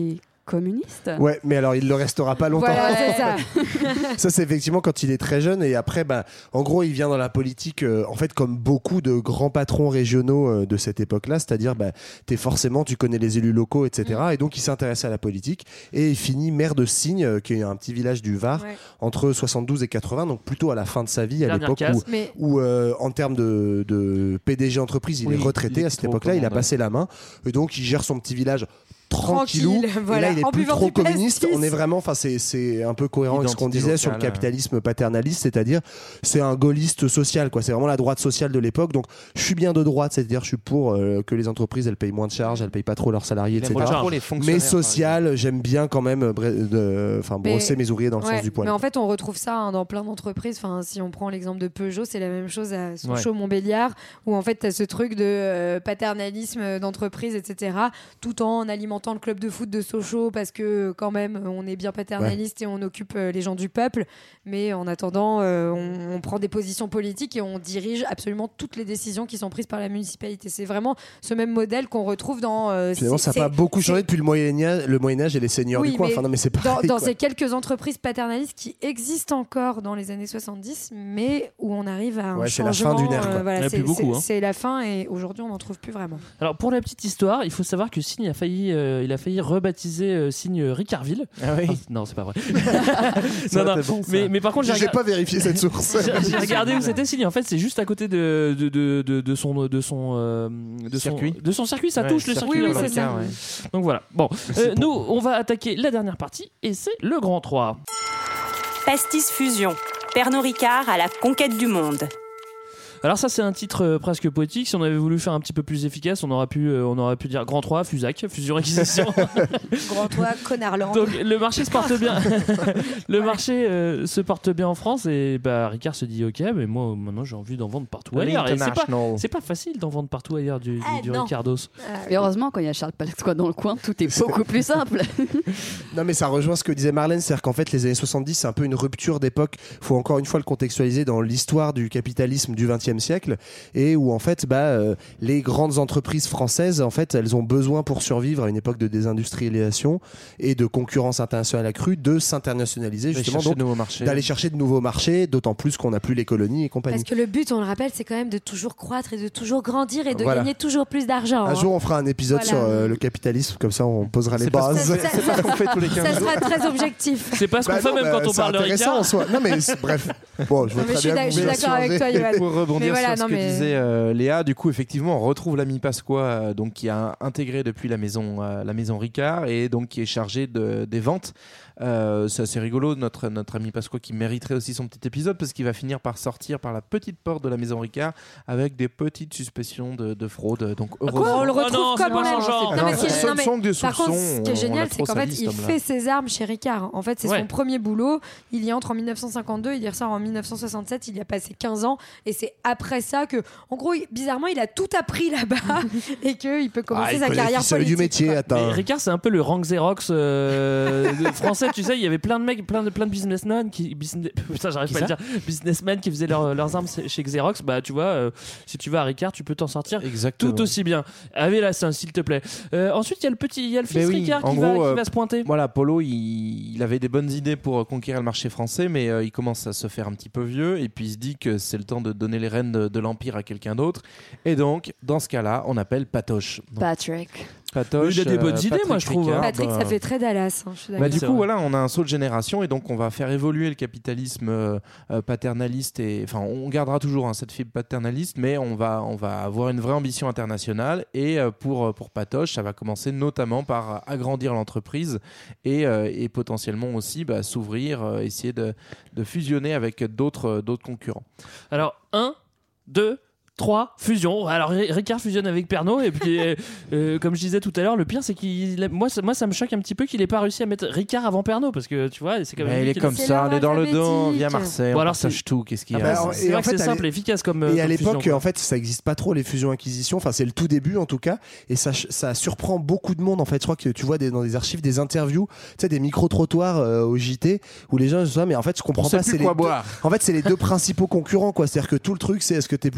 communiste.
Ouais, mais alors il le restera pas longtemps.
Voilà, c'est ça.
Ça, c'est effectivement quand il est très jeune et après, en gros, il vient dans la politique, en fait, comme beaucoup de grands patrons régionaux de cette époque-là, c'est-à-dire, tu connais les élus locaux, etc. Et donc, il s'intéresse à la politique et il finit maire de Signes, qui est un petit village du Var, entre 72 et 80, donc plutôt à la fin de sa vie, à l'époque où en termes de PDG entreprise, il est retraité à cette époque-là, il a passé la main et donc il gère son petit village tranquillou.
Voilà.
Et là, il est plus trop communiste. On est vraiment, c'est un peu cohérent avec ce qu'on disait sur le capitalisme paternaliste, c'est-à-dire c'est un gaulliste social, quoi. C'est vraiment la droite sociale de l'époque. Donc, je suis bien de droite, c'est-à-dire je suis pour que les entreprises elles payent moins de charges, elles payent pas trop leurs salariés, etc. Mais social, j'aime bien quand même brosser mes ouvriers dans le sens du poil.
Mais en fait, on retrouve ça dans plein d'entreprises. Enfin, si on prend l'exemple de Peugeot, c'est la même chose à Sochaux-Montbéliard, où en fait, tu as ce truc de paternalisme d'entreprise, etc. Tout en alimentant le club de foot de Sochaux parce que quand même on est bien paternaliste et on occupe les gens du peuple, mais en attendant on prend des positions politiques et on dirige absolument toutes les décisions qui sont prises par la municipalité. C'est vraiment ce même modèle qu'on retrouve dans
finalement ça n'a pas beaucoup changé depuis le Moyen-Âge et les seigneurs du coin, mais c'est pareil,
dans ces quelques entreprises paternalistes qui existent encore dans les années 70, mais où on arrive à un changement.
C'est la fin d'une ère,
voilà,
il n'y en a plus beaucoup,
c'est la fin et aujourd'hui on n'en trouve plus vraiment.
Alors pour la petite histoire, il faut savoir que Signes il a failli rebaptiser Signes Ricarville.
Ah oui.
Non, c'est pas vrai.
non,
bon, mais par contre,
j'ai pas vérifié cette source.
J'ai regardé où c'était Signes. En fait, c'est juste à côté de son circuit. Ça touche le circuit.
Oui, c'est ça.
Donc voilà. Bon, nous, on va attaquer la dernière partie et c'est le grand 3.
Pastis Fusion. Pernod Ricard à la conquête du monde.
Alors ça c'est un titre presque poétique. Si on avait voulu faire un petit peu plus efficace, on aurait pu dire Grand 3, Fusac, Fusion Acquisition.
Grand 3, Connardland.
Donc le marché se porte bien. Le marché se porte bien en France et Ricard se dit ok, mais moi maintenant j'ai envie d'en vendre partout ailleurs. Et c'est pas facile d'en vendre partout ailleurs du Ricardos.
Et heureusement quand il y a Charles Palatois dans le coin, tout est beaucoup plus simple.
Non mais ça rejoint ce que disait Marlène, c'est-à-dire qu'en fait les années 70 c'est un peu une rupture d'époque. Faut encore une fois le contextualiser dans l'histoire du capitalisme du XXe siècle et où en fait les grandes entreprises françaises en fait elles ont besoin pour survivre à une époque de désindustrialisation et de concurrence internationale accrue de s'internationaliser justement, donc d'aller chercher de nouveaux marchés, d'autant plus qu'on n'a plus les colonies et compagnie.
Parce que le but, on le rappelle, c'est quand même de toujours croître et de toujours grandir et de gagner toujours plus d'argent.
Un jour on fera un épisode sur le capitalisme, comme ça on posera les bases.
C'est pas ce qu'on fait tous les 15 jours.
Ça sera très objectif.
C'est pas ce qu'on fait même quand on parle de Ricard.
En soi. Non mais bref. Bon, je
suis d'accord avec toi, Yoann.
Pour rebondir sur ce que disait Léa, du coup effectivement on retrouve l'ami Pasqua donc qui a intégré depuis la maison Ricard et donc qui est chargé des ventes. C'est assez rigolo, notre ami Pasqua qui mériterait aussi son petit épisode parce qu'il va finir par sortir par la petite porte de la maison Ricard avec des petites suspicions de fraude. Donc heureusement.
On le retrouve comme on
l'aime.
Par contre, ce qui est génial, c'est qu'en fait, il fait ses armes chez Ricard. En fait, c'est son premier boulot. Il y entre en 1952, il y ressort en 1967. Il y a passé 15 ans et c'est après ça que, en gros, bizarrement, il a tout appris là-bas et qu'il peut commencer sa carrière politique.
Du métier,
Ricard, c'est un peu le rank Xerox français. Tu sais, il y avait plein de mecs, plein de businessmen qui faisaient leurs armes chez Xerox. Bah, tu vois, si tu vas à Ricard, tu peux t'en sortir tout aussi bien. Avec la scène, s'il te plaît. Ensuite, il y a le fils Ricard qui va se pointer.
Voilà, Polo, il avait des bonnes idées pour conquérir le marché français, mais il commence à se faire un petit peu vieux et puis il se dit que c'est le temps de donner les rênes de l'Empire à quelqu'un d'autre. Et donc, dans ce cas-là, on appelle Patoche.
Patrick.
Patoche,
il a des bonnes idées, moi je trouve.
Patrick, ça fait très Dallas. Je suis
du coup, voilà, on a un saut de génération et donc on va faire évoluer le capitalisme paternaliste et enfin, on gardera toujours cette fibre paternaliste, mais on va avoir une vraie ambition internationale et pour Patoche, ça va commencer notamment par agrandir l'entreprise et potentiellement aussi s'ouvrir, essayer de fusionner avec d'autres concurrents.
Alors 1, 2, 3, fusion. Alors Ricard fusionne avec Pernod et puis comme je disais tout à l'heure, le pire c'est moi ça me choque un petit peu qu'il ait pas réussi à mettre Ricard avant Pernod parce que tu vois c'est quand même
il est comme ça, on est dans le dos, via Marseille, on partage tout, qu'est-ce qu'il y a.
C'est vrai que c'est simple et efficace comme
et à l'époque en fait ça existe pas trop les fusions-acquisitions, enfin c'est le tout début en tout cas et ça surprend beaucoup de monde en fait. Je crois que tu vois dans des archives des interviews, tu sais des micro-trottoirs au JT où les gens disent mais en fait je comprends pas, c'est les deux principaux concurrents quoi, c'est-à-dire que tout le truc c'est est-ce que t'es plutôt 50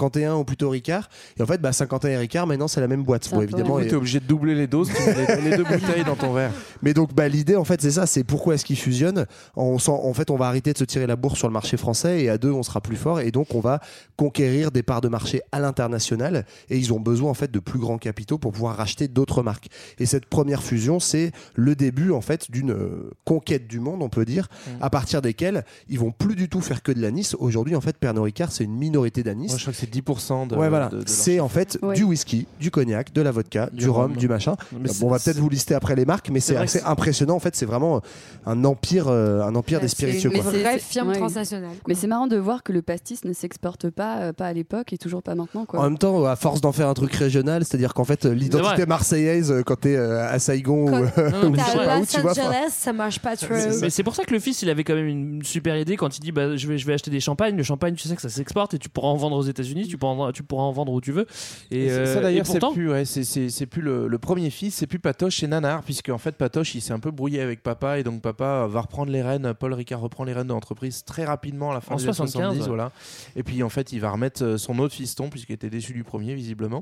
51 ou plutôt Ricard. Et en fait, 51 et Ricard, maintenant, c'est la même boîte. Bon, évidemment,
tu es obligé de doubler les doses, tu mets les 2 bouteilles dans ton verre.
Mais donc, l'idée, en fait, c'est ça. C'est pourquoi est-ce qu'ils fusionnent. En fait, on va arrêter de se tirer la bourre sur le marché français et à 2, on sera plus fort. Et donc, on va conquérir des parts de marché à l'international. Et ils ont besoin, en fait, de plus grands capitaux pour pouvoir racheter d'autres marques. Et cette première fusion, c'est le début, en fait, d'une conquête du monde, on peut dire, à partir desquels ils vont plus du tout faire que de l'anis. Aujourd'hui, en fait, Pernod Ricard, c'est une minorité d'anis.
Je crois que c'est 10% de.
Ouais, voilà.
De
c'est en fait du whisky, du cognac, de la vodka, du rhum, du machin. On va peut-être vous lister après les marques, mais c'est assez impressionnant. En fait, c'est vraiment un empire des spiritueux.
C'est une vraie firme transnationale.
Mais c'est marrant de voir que le pastis ne s'exporte pas à l'époque et toujours pas maintenant.
En même temps, à force d'en faire un truc régional, c'est-à-dire qu'en fait, l'identité marseillaise, quand t'es à Saigon ou
je sais pas où, tu vois. Ça marche pas trop.
Mais c'est pour ça que le fils, il avait quand même une super idée quand il dit je vais acheter des champagnes. Le champagne, tu sais que ça s'exporte et tu pourras en vendre aux États-Unis, tu pourras en vendre où tu veux. Et
ça d'ailleurs,
pourtant...
c'est plus le premier fils, c'est plus Patoche, c'est Nanar, puisque en fait Patoche, il s'est un peu brouillé avec papa et donc papa va reprendre les rênes. Paul Ricard reprend les rênes de l'entreprise très rapidement à la fin des années 70, voilà. Et puis en fait, il va remettre son autre fiston puisqu'il était déçu du premier visiblement.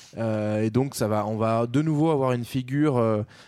Et donc on va de nouveau avoir une figure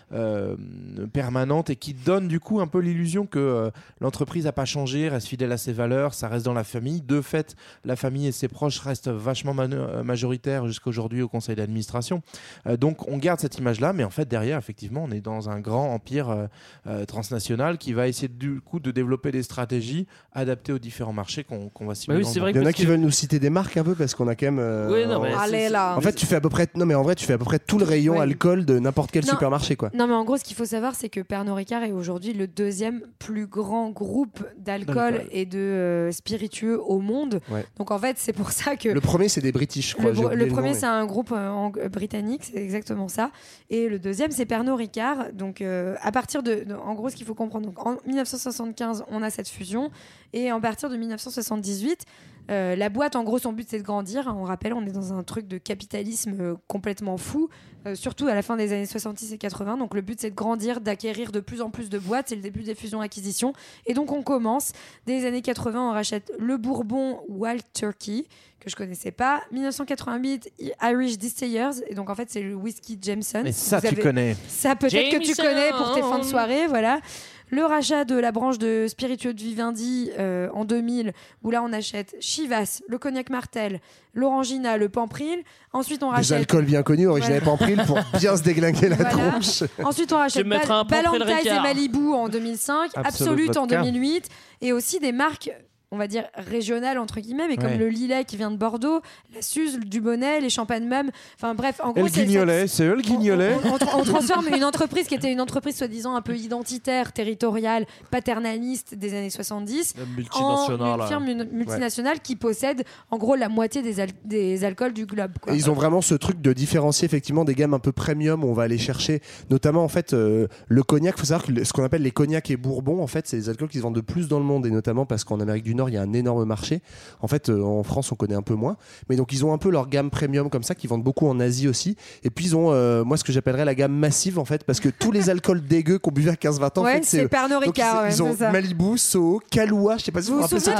permanente et qui donne du coup un peu l'illusion que l'entreprise n'a pas changé, reste fidèle à ses valeurs, ça reste dans la famille. De fait, la famille et ses proches restent vachement majoritaires jusqu'à aujourd'hui au conseil d'administration. Donc on garde cette image-là, mais en fait derrière, effectivement, on est dans un grand empire transnational qui va essayer du coup de développer des stratégies adaptées aux différents marchés qu'on va cibler.
Il y en a qui veulent nous citer des marques un peu parce qu'on a quand même.
Allez là.
En fait, tu fais à peu près tout le rayon alcool de n'importe quel supermarché, quoi.
Non, mais en gros, ce qu'il faut savoir, c'est que Pernod Ricard est aujourd'hui le 2e plus grand groupe d'alcool et de spiritueux au monde. Ouais. Donc en fait, c'est pour ça que
le premier, c'est des British, je crois.
Le premier, c'est un groupe britannique, c'est exactement ça. Et le 2e, c'est Pernod Ricard. Donc à partir en gros, ce qu'il faut comprendre, donc en 1975, on a cette fusion, et à partir de 1978. La boîte, en gros, son but, c'est de grandir. On rappelle, on est dans un truc de capitalisme complètement fou, surtout à la fin des années 70 et 80. Donc, le but, c'est de grandir, d'acquérir de plus en plus de boîtes. C'est le début des fusions-acquisitions. Et donc, on commence. Dès les années 80, on rachète le Bourbon Wild Turkey, que je connaissais pas. 1988, Irish Distillers. Et donc, en fait, c'est le whisky Jameson.
Mais ça, tu connais.
Ça, peut-être que tu connais pour tes fins de soirée. Voilà. Le rachat de la branche de spiritueux de Vivendi en 2000, où là on achète Chivas, le cognac Martel, l'Orangina, le Pampril. Ensuite on rachète
des alcools bien connus, Orangina et Pampril, pour bien se déglinguer la tronche.
Ensuite on rachète Ballantine's et Malibu en 2005, Absolut en 2008, et aussi des marques, on va dire régionales entre guillemets, mais comme le Lillet qui vient de Bordeaux, la Suze, du Bonnet, les Champagne Mum, enfin bref, en gros
c'est eux le Guignolet.
On transforme une entreprise qui était une entreprise soi-disant un peu identitaire, territoriale, paternaliste des années 70 en une firme multinationale qui possède en gros la moitié des alcools du globe, quoi.
Et ils ont vraiment ce truc de différencier effectivement des gammes un peu premium où on va aller chercher notamment en fait le cognac. Il faut savoir que ce qu'on appelle les cognacs et bourbons, en fait, c'est les alcools qui se vendent de plus dans le monde, et notamment parce qu'en Amérique du Nord il y a un énorme marché. En fait, en France, on connaît un peu moins. Mais donc, ils ont un peu leur gamme premium comme ça, qui vendent beaucoup en Asie aussi. Et puis, ils ont, moi, ce que j'appellerais la gamme massive, en fait, parce que tous les alcools dégueux qu'on buvait à 15-20 ans, en fait,
c'est Pernod Ricard.
Ils ont Malibu, Soho, Kahlua, je sais pas si vous vous souvenez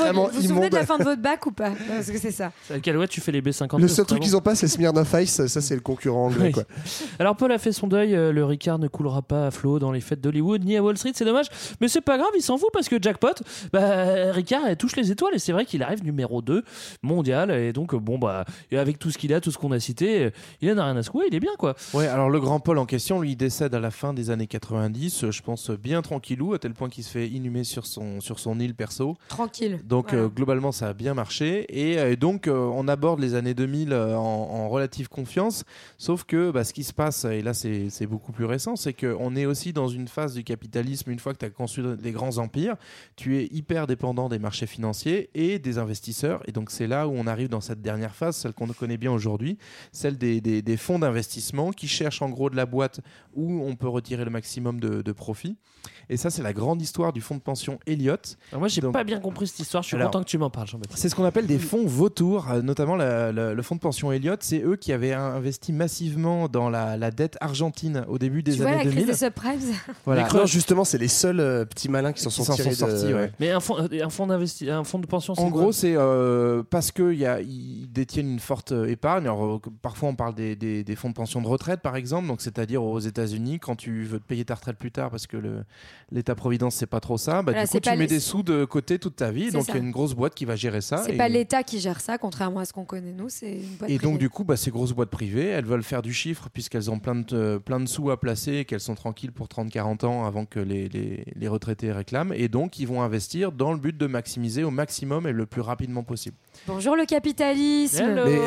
de la fin de votre bac ou pas? Parce que c'est ça.
Kahlua, tu fais les B50.
Le seul truc qu'ils ont pas, c'est Smirnoff Ice. Ça, c'est le concurrent anglais, quoi.
Alors, Paul a fait son deuil. Le Ricard ne coulera pas à flot dans les fêtes d'Hollywood ni à Wall Street. C'est dommage. Mais c'est pas grave, il s'en fout parce que jackpot, Ricard touche les étoiles. Et c'est vrai qu'il arrive numéro 2 mondial, et donc avec tout ce qu'il a, tout ce qu'on a cité, il en a rien à secouer, il est bien, quoi.
Ouais, alors le grand Paul en question, lui, il décède à la fin des années 90, je pense bien tranquillou, à tel point qu'il se fait inhumer sur son île perso.
Tranquille.
Donc globalement ça a bien marché, et donc on aborde les années 2000 en relative confiance, sauf que ce qui se passe, et là c'est beaucoup plus récent, c'est qu'on est aussi dans une phase du capitalisme. Une fois que tu as construit des grands empires, tu es hyper dépendant des marchés financiers et des investisseurs, et donc c'est là où on arrive dans cette dernière phase, celle qu'on connaît bien aujourd'hui, celle des fonds d'investissement qui cherchent en gros de la boîte où on peut retirer le maximum de profit. Et ça, c'est la grande histoire du fonds de pension Elliott.
Alors moi, j'ai pas bien compris cette histoire. Je suis content que tu m'en parles, Jean-Baptiste.
C'est ce qu'on appelle des fonds vautours, notamment le fonds de pension Elliott. C'est eux qui avaient investi massivement dans la dette argentine au début des années 2000. Tu vois, la crise
des subprimes.
Voilà. Non, justement, c'est les seuls petits malins qui s'en sont sortis.
Ouais. Mais un fonds un fonds de pension?
En gros, c'est parce qu'ils détiennent une forte épargne. Alors, parfois, on parle des fonds de pension de retraite, par exemple. Donc, c'est-à-dire aux États-Unis, quand tu veux te payer ta retraite plus tard parce que l'État-providence, c'est pas trop ça, du coup, tu mets des sous de côté toute ta vie. Donc, il y a une grosse boîte qui va gérer ça.
C'est pas l'État qui gère ça, contrairement à ce qu'on connaît nous. C'est une boîte
et
privée.
donc, du coup, ces grosses boîtes privées, elles veulent faire du chiffre puisqu'elles ont plein de sous à placer et qu'elles sont tranquilles pour 30-40 ans avant que les retraités réclament. Et donc, ils vont investir dans le but de maximiser au maximum et le plus rapidement possible.
Bonjour le capitalisme,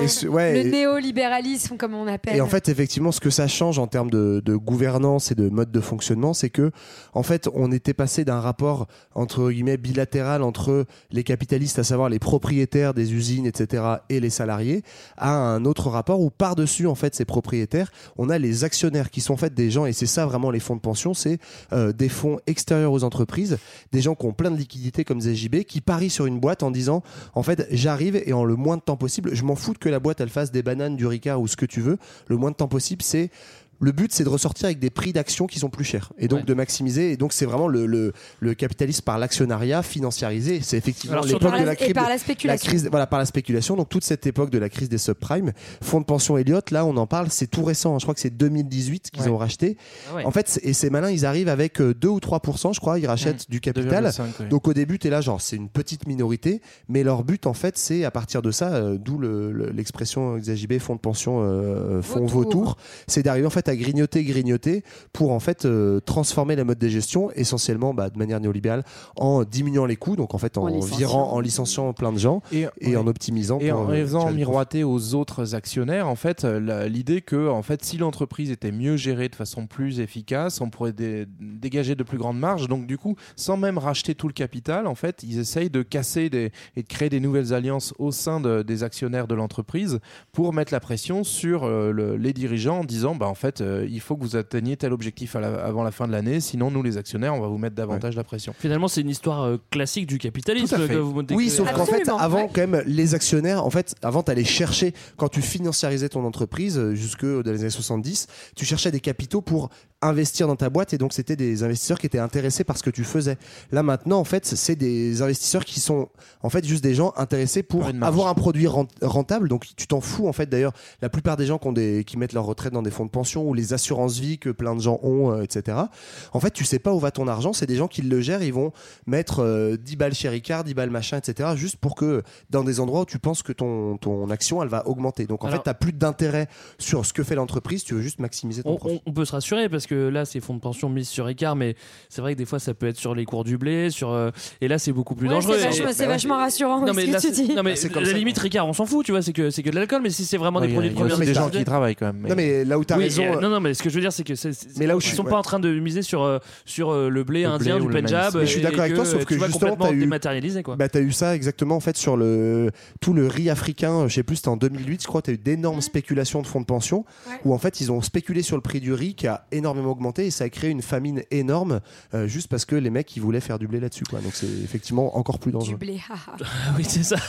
le néolibéralisme comme on appelle.
Et en fait, effectivement, ce que ça change en termes de gouvernance et de mode de fonctionnement, c'est que, en fait, on était passé d'un rapport entre guillemets bilatéral entre les capitalistes, à savoir les propriétaires des usines, etc., et les salariés, à un autre rapport où par-dessus, en fait, ces propriétaires, on a les actionnaires qui sont en fait des gens, et c'est ça vraiment les fonds de pension, c'est des fonds extérieurs aux entreprises, des gens qui ont plein de liquidités comme ZJB, qui parient sur une boîte en disant, en fait, j'arrive et en le moins de temps possible, je m'en fous que la boîte elle fasse des bananes, du Ricard ou ce que tu veux, le moins de temps possible, le but, c'est de ressortir avec des prix d'action qui sont plus chers et donc de maximiser. Et donc, c'est vraiment le capitalisme par l'actionnariat financiarisé. C'est effectivement l'époque de la crise.
Et par la spéculation.
Par la spéculation. Donc, toute cette époque de la crise des subprimes. Fonds de pension Elliott, là, on en parle, c'est tout récent. Je crois que c'est 2018 qu'ils ont racheté. Ah ouais. En fait, et c'est malin, ils arrivent avec 2 ou 3%, je crois, ils rachètent du capital. 2,5, donc, au début, tu es là, genre, c'est une petite minorité. Mais leur but, en fait, c'est à partir de ça, d'où l'expression XAJB, fonds de pension, fonds vautour, c'est d'arriver, en fait, à grignoter pour en fait transformer la mode de gestion essentiellement de manière néolibérale en diminuant les coûts, donc en fait en licenciant plein de gens et en optimisant
et en faisant miroiter aux autres actionnaires en fait l'idée que en fait si l'entreprise était mieux gérée de façon plus efficace, on pourrait dégager de plus grandes marges. Donc du coup, sans même racheter tout le capital, en fait ils essayent de casser et de créer des nouvelles alliances au sein des actionnaires de l'entreprise pour mettre la pression sur les dirigeants en disant en fait il faut que vous atteigniez tel objectif avant la fin de l'année, sinon nous les actionnaires on va vous mettre davantage la pression.
Finalement c'est une histoire classique du capitalisme que vous décrivez.
Oui, sauf qu'en fait avant quand même les actionnaires, en fait avant t'allais chercher, quand tu financiarisais ton entreprise jusque dans les années 70, tu cherchais des capitaux pour investir dans ta boîte et donc c'était des investisseurs qui étaient intéressés par ce que tu faisais. Là maintenant en fait c'est des investisseurs qui sont en fait juste des gens intéressés pour avoir un produit rentable, donc tu t'en fous en fait. D'ailleurs la plupart des gens qui mettent leur retraite dans des fonds de pension ou les assurances vie que plein de gens ont, etc. En fait tu sais pas où va ton argent, c'est des gens qui le gèrent, ils vont mettre 10 balles chez Ricard, 10 balles machin, etc. juste pour que dans des endroits où tu penses que ton action elle va augmenter. Donc en fait t'as plus d'intérêt sur ce que fait l'entreprise, tu veux juste maximiser ton profit.
On peut se rassurer parce que là c'est fonds de pension mis sur Ricard, mais c'est vrai que des fois ça peut être sur les cours du blé, et là c'est beaucoup plus dangereux.
C'est vachement rassurant.
Non mais là,
tu dis.
non mais à la limite Ricard on s'en fout, tu vois, c'est que de l'alcool, mais si c'est vraiment des produits de première
nécessité, des gens qui travaillent quand même.
Non mais là où t'as raison.
Non mais ce que je veux dire c'est que ils sont pas en train de miser sur le blé indien du Pendjab.
Mais je suis d'accord avec toi, sauf que justement
t'as dématérialisé quoi.
T'as eu ça exactement en fait sur tout le riz africain. Je sais plus, c'était en 2008, je crois. T'as eu d'énormes spéculations de fonds de pension où en fait ils ont spéculé sur le prix du riz qui a énormément augmenté et ça a créé une famine énorme juste parce que les mecs ils voulaient faire du blé là-dessus quoi. Donc c'est effectivement encore plus dangereux.
Du blé.
Oui c'est ça.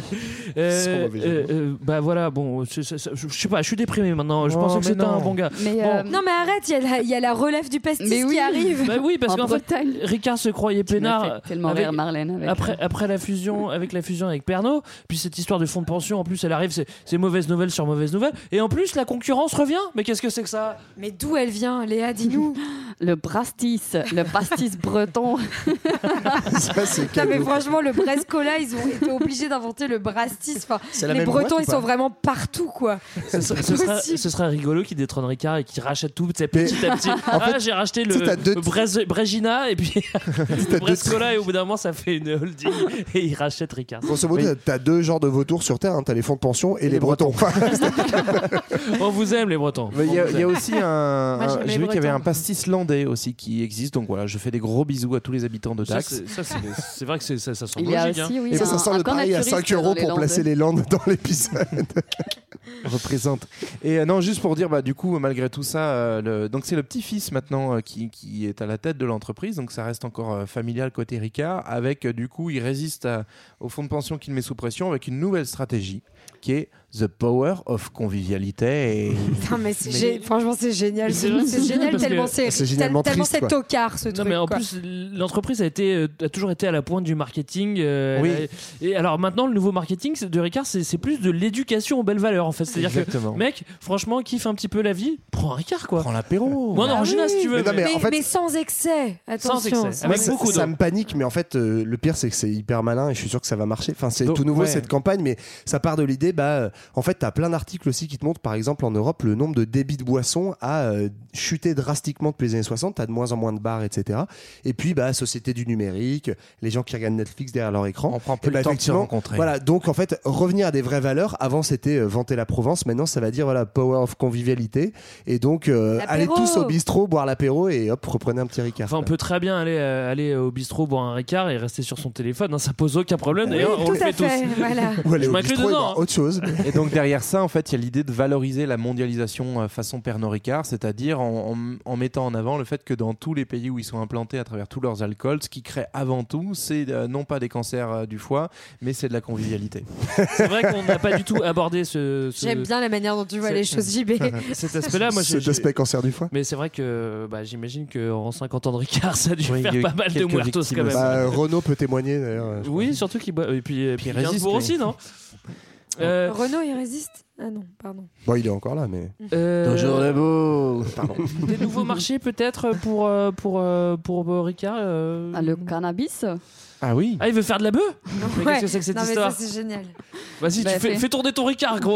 Voilà bon, je sais pas, je suis déprimé maintenant. Je pensais que c'était un bon gars.
Non mais arrête, il y a la relève du pastis qui arrive.
Bah oui, parce qu'en fait Ricard se croyait peinard après la fusion avec Pernod, puis cette histoire de fonds de pension en plus elle arrive, c'est mauvaise nouvelle sur mauvaise nouvelle, et en plus la concurrence revient. Mais qu'est-ce que c'est que ça?
Mais d'où elle vient, Léa, dis-nous.
Le pastis breton.
Ça, c'est
non mais franchement le Brescola ils ont été obligés d'inventer le brastis. Enfin, les Bretons ils sont vraiment partout quoi.
Ce sera rigolo qui détrône Ricard et qui rachète tout petit à petit. J'ai racheté le Brégina et puis le Brescola, et au bout d'un moment ça fait une holding et il rachète Ricard.
Grosso modo, t'as deux genres de vautours sur Terre, t'as les fonds de pension et les Bretons.
On vous aime les Bretons.
Il y a aussi j'ai vu qu'il y avait un pastis landais aussi qui existe, donc voilà, je fais des gros bisous à tous les habitants de Dax.
C'est vrai que ça sent
logique.
Et ça sort le pareil à 5 € pour placer les Landes dans l'épisode.
Représente. Et non, juste pour dire, du coup, malgré tout ça, donc c'est le petit-fils maintenant qui est à la tête de l'entreprise, donc ça reste encore familial côté Ricard, avec du coup, il résiste au fonds de pension qu'il met sous pression avec une nouvelle stratégie. qui est The Power of Convivialité. Et...
Non, mais franchement, c'est génial. C'est génial tellement c'est tocard ce truc.
Non, mais en plus, l'entreprise a toujours été à la pointe du marketing. Et alors maintenant, le nouveau marketing de Ricard, c'est plus de l'éducation aux belles valeurs en fait. C'est-à-dire que, mec, franchement, kiffe un petit peu la vie, prends un Ricard quoi.
Prends l'apéro.
Moi, Orangina si tu veux.
Mais sans excès. Attention.
Avec beaucoup d'eau.
Ça me panique, mais en fait, le pire, c'est que c'est hyper malin et je suis sûr que ça va marcher. Enfin, c'est tout nouveau cette campagne, mais ça part de l'idée, en fait, t'as plein d'articles aussi qui te montrent, par exemple, en Europe, le nombre de débits de boissons a chuté drastiquement depuis les années 60. T'as de moins en moins de bars, etc. Et puis, société du numérique, les gens qui regardent Netflix derrière leur écran.
On prend plus le temps de se rencontrer.
Voilà, donc en fait, revenir à des vraies valeurs. Avant, c'était vanter la Provence. Maintenant, ça va dire power of convivialité. Et donc, allez tous au bistrot, boire l'apéro et hop, reprenez un petit Ricard.
Enfin, on peut très bien aller au bistrot, boire un Ricard et rester sur son téléphone. Hein, ça pose aucun problème. D'ailleurs, on le fait tous.
Voilà.
Ou aller au bistrot et boire autre chose.
Et donc derrière ça, en fait, il y a l'idée de valoriser la mondialisation façon Pernod Ricard, c'est-à-dire en mettant en avant le fait que dans tous les pays où ils sont implantés à travers tous leurs alcools, ce qui crée avant tout, c'est non pas des cancers du foie, mais c'est de la convivialité.
C'est vrai qu'on n'a pas du tout abordé
J'aime bien la manière dont tu vois les choses, JB.
Cet aspect-là, moi,
cet aspect cancer du foie.
Mais c'est vrai que j'imagine qu'en 50 ans de Ricard, ça a dû faire pas mal de muertos quand même.
Renaud peut témoigner d'ailleurs.
Oui, surtout qu'il boit. Et puis Gainsbourg aussi, non
Renaud, il résiste. Ah non, pardon.
Bon, il est encore là, mais.
Toujours debout.
Pardon.
Des nouveaux marchés peut-être pour Ricard.
Le cannabis.
Ah oui.
Ah, il veut faire de la bœuf. Mais qu'est-ce que c'est que cette histoire?
Mais ça, c'est génial.
Vas-y, fais tourner ton Ricard, gros.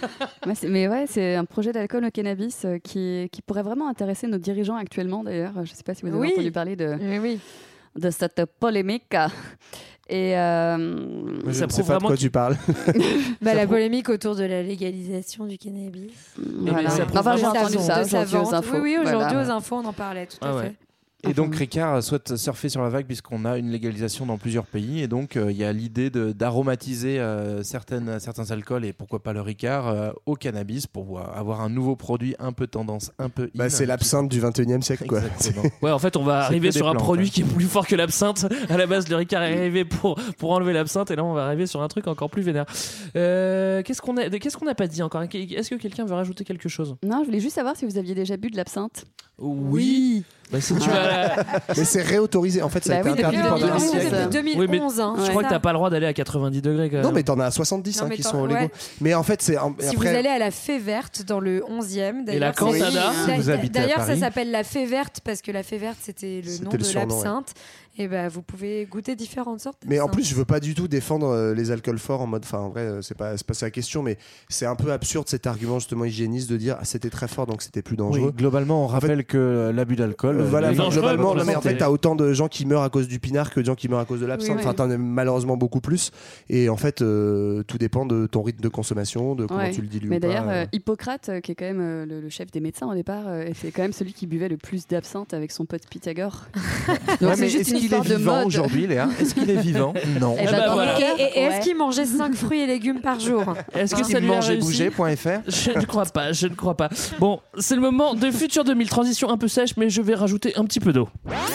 C'est un projet d'alcool au cannabis qui pourrait vraiment intéresser nos dirigeants actuellement. D'ailleurs, je ne sais pas si vous avez entendu parler de cette polémique. Et
je ne sais pas de quoi tu parles.
La polémique autour de la légalisation du cannabis.
Voilà. Enfin, j'ai entendu ça aujourd'hui aux infos.
Oui, aujourd'hui aux infos, on en parlait tout à fait.
Et donc Ricard souhaite surfer sur la vague puisqu'on a une légalisation dans plusieurs pays et donc il y a l'idée d'aromatiser certains alcools et pourquoi pas le Ricard au cannabis pour avoir un nouveau produit un peu tendance, un peu
c'est l'absinthe du 21e siècle quoi.
Ouais, en fait on va arriver sur un produit qui est plus fort que l'absinthe. À la base le Ricard est arrivé pour enlever l'absinthe et là on va arriver sur un truc encore plus vénère. Qu'est-ce qu'on n'a pas dit encore? Est-ce que quelqu'un veut rajouter quelque chose?
Non, je voulais juste savoir si vous aviez déjà bu de l'absinthe.
Oui. Si tu
mais c'est réautorisé. En fait, ça a été interdit pendant un siècle.
Depuis 2011.
Je crois que t'as pas le droit d'aller à 90 degrés. Quand même.
Non, mais t'en as 70 qui sont légaux. Mais en fait, c'est.
Si vous allez à la Fée Verte dans le 11e.
Et la Cantada.
D'ailleurs, ça s'appelle la Fée Verte parce que la Fée Verte, c'était le nom de l'absinthe. Et vous pouvez goûter différentes sortes.
Mais en plus, je veux pas du tout défendre les alcools forts en mode. Enfin, en vrai, c'est pas ça la question, mais c'est un peu absurde cet argument justement hygiéniste de dire c'était très fort donc c'était plus dangereux.
Oui, globalement, on rappelle que l'abus d'alcool.
Voilà, globalement, mais en fait, t'as autant de gens qui meurent à cause du pinard que de gens qui meurent à cause de l'absinthe. Enfin, t'en as malheureusement beaucoup plus. Et en fait, tout dépend de ton rythme de consommation, de comment tu le dilues.
Mais d'ailleurs, Hippocrate, qui est quand même le chef des médecins au départ, était quand même celui qui buvait le plus d'absinthe avec son pote Pythagore. Donc c'est juste une histoire de mode.
Aujourd'hui, Léa, est-ce qu'il est vivant? Non.
Et est-ce qu'il mangeait 5 fruits et légumes par jour?
Est-ce que ça lui a réussi?
Mangerbouger.fr?
Je ne crois pas. Bon, c'est le moment de Futur 2000, transition un peu sèche, mais je vais rajouter un petit peu d'eau.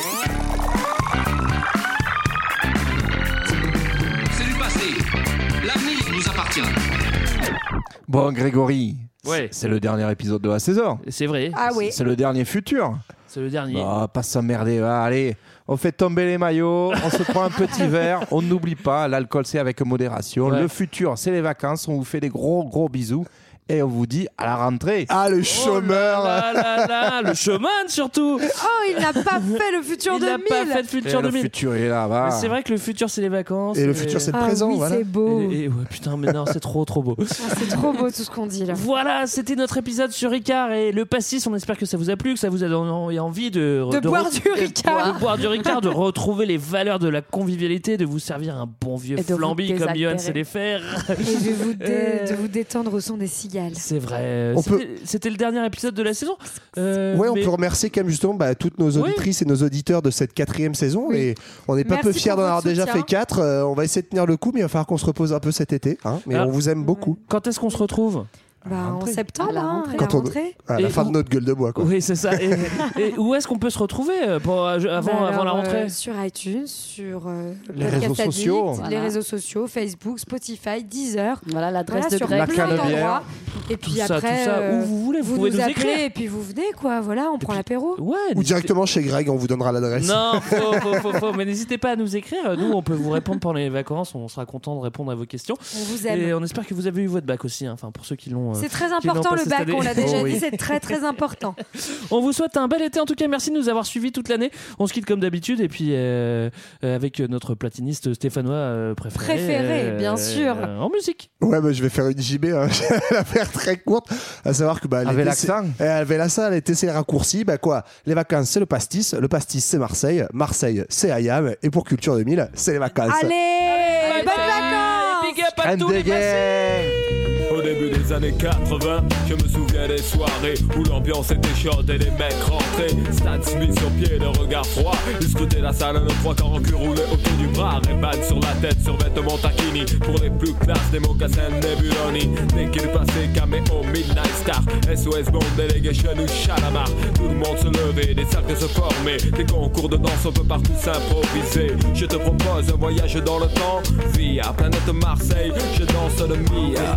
C'est du passé. L'avenir nous appartient.
Bon, Grégory,
ouais.
C'est le dernier épisode de la saison.
C'est vrai.
Ah oui.
C'est le dernier futur.
C'est le dernier.
Pas s'emmerder. Allez, on fait tomber les maillots, on se prend un petit verre, on n'oublie pas, l'alcool c'est avec modération. Ouais. Le futur, c'est les vacances, on vous fait des gros bisous. Et on vous dit à la rentrée.
Ah, le chômeur.
Le showman surtout.
Oh, il n'a pas fait le futur 2000.
Il n'a pas fait le futur 2000.
Le futur est là, va.
C'est vrai que le futur c'est les vacances.
Et le futur c'est le présent.
Oui,
voilà.
C'est beau.
Et putain, mais non, c'est trop beau.
C'est trop beau tout ce qu'on dit là.
Voilà, c'était notre épisode sur Ricard et le pastis. On espère que ça vous a plu, que ça vous a donné envie de
boire du Ricard.
De boire du Ricard, de retrouver les valeurs de la convivialité, de vous servir un bon vieux flamby comme Johan sait les faire.
Et de vous détendre au son des cigales.
C'est vrai. C'était le dernier épisode de la saison.
On peut remercier quand même justement toutes nos auditrices et nos auditeurs de cette 4e saison. Oui. Et on n'est pas peu fiers d'en avoir déjà fait 4. On va essayer de tenir le coup, mais il va falloir qu'on se repose un peu cet été. Mais on vous aime beaucoup.
Quand est-ce qu'on se retrouve ?
En septembre, à la
rentrée. À la fin de notre gueule de bois, quoi.
Oui, c'est ça. Et où est-ce qu'on peut se retrouver avant la rentrée
sur iTunes, sur
les réseaux sociaux.
Les réseaux sociaux, Facebook, Spotify, Deezer.
Voilà l'adresse de
sur
Greg.
plein d'endroits. Et puis après,
tout ça, où vous voulez, vous pouvez nous
appelez
écrire.
et puis vous venez, quoi. Voilà, on prend l'apéro.
Ouais,
Ou directement chez Greg, on vous donnera l'adresse.
Non, faux. Mais n'hésitez pas à nous écrire. Nous, on peut vous répondre pendant les vacances. On sera content de répondre à vos questions.
On vous aime.
Et on espère que vous avez eu votre bac aussi. Enfin, pour ceux qui l'ont.
C'est très important le bac. On l'a déjà dit. C'est très très important.
On vous souhaite un bel été. En tout cas, merci de nous avoir suivis toute l'année. On se quitte comme d'habitude et puis avec notre platiniste stéphanois préféré,
bien sûr.
En musique.
Ouais, je vais faire une JB. Hein. Je vais la faire très courte. À savoir que elle avait l'accent, elle était ses raccourcis. Les vacances, c'est le pastis c'est Marseille. Marseille, c'est Ayam. Et pour Culture 2000, c'est les vacances.
Allez, bonnes vacances.
Big up à tous les passés.
Au début des années 80, je me souviens des soirées où l'ambiance était chaude et les mecs rentraient. Stan Smith sur pied, le regard froid. Ils scrutaient la salle, nos trois quarts en cul roulés autour du bras. Ray-Ban sur la tête, sur vêtements taquini. Pour les plus classes, des mocassins Nebuloni. Dès qu'il passait, caméo, Midnight Star, SOS Bond, Delegation ou Chalamar. Tout le monde se levait, des cercles se formaient. Des concours de danse, on peut partout s'improviser. Je te propose un voyage dans le temps via planète Marseille, je danse le Mia.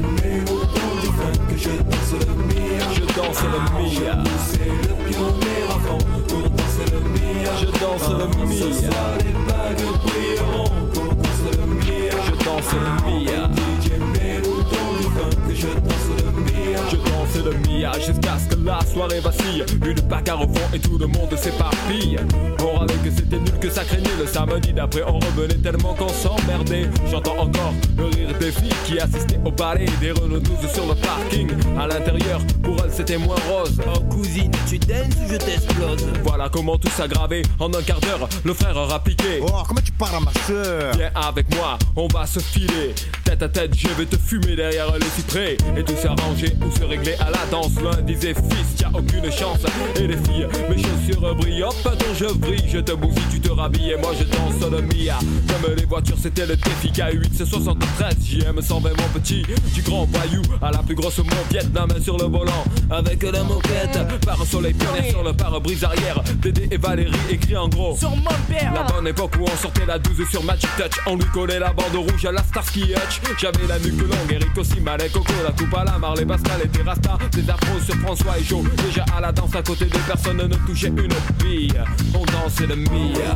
Je danse le Mia. Je danse le Mia. C'est le pionnier avant pour danser le Mia. Je danse le Mia. Ce soir les bagues brilleront pour danser le Mia. Je danse le Mia. DJ mets-nous dans du funk. Je danse le Mia. Je danse le Mia jusqu'à ce que la soirée vacille. Une bagarre au fond et tout le monde s'éparpille. On râlait que c'était nul, que ça craignait. Le samedi d'après on revenait tellement qu'on s'emmerdait. J'entends encore le rire des filles qui assistaient au ballet des Renault 12 sur le parking. À l'intérieur, pour elles c'était moins rose. Oh cousine, tu danses ou je t'explose? Voilà comment tout s'aggravait. En un quart d'heure, le frère aura piqué.
Oh, comment tu parles à ma soeur?
Viens avec moi, on va se filer. Tête à tête, je vais te fumer derrière le cyprès. Et tout s'arranger ou se régler à la danse. L'un disait fils, y'a aucune chance. Et les filles, mes chaussures brillent. Hop, dont je brille, je te bousille, tu te rhabilles. Et moi je danse le Mia. Comme les voitures, c'était le défi K8, c'est 73. JM 120, mon petit. Du grand voyou à la plus grosse moquette. La main sur le volant avec la moquette. Par soleil pionnière sur le pare-brise arrière. Dédé et Valérie écrit en gros sur mon père. La bonne époque où on sortait la 12 sur Magic Touch. On lui collait la bande rouge à la Starsky Hutch. J'avais la nuque longue, Eric aussi, Malek, Coco, la coupe à la Marley, Pascal et Terrasta. Des afros sur François et Joe. Déjà à la danse à côté des personnes ne touchaient une bille. On dansait le Mia.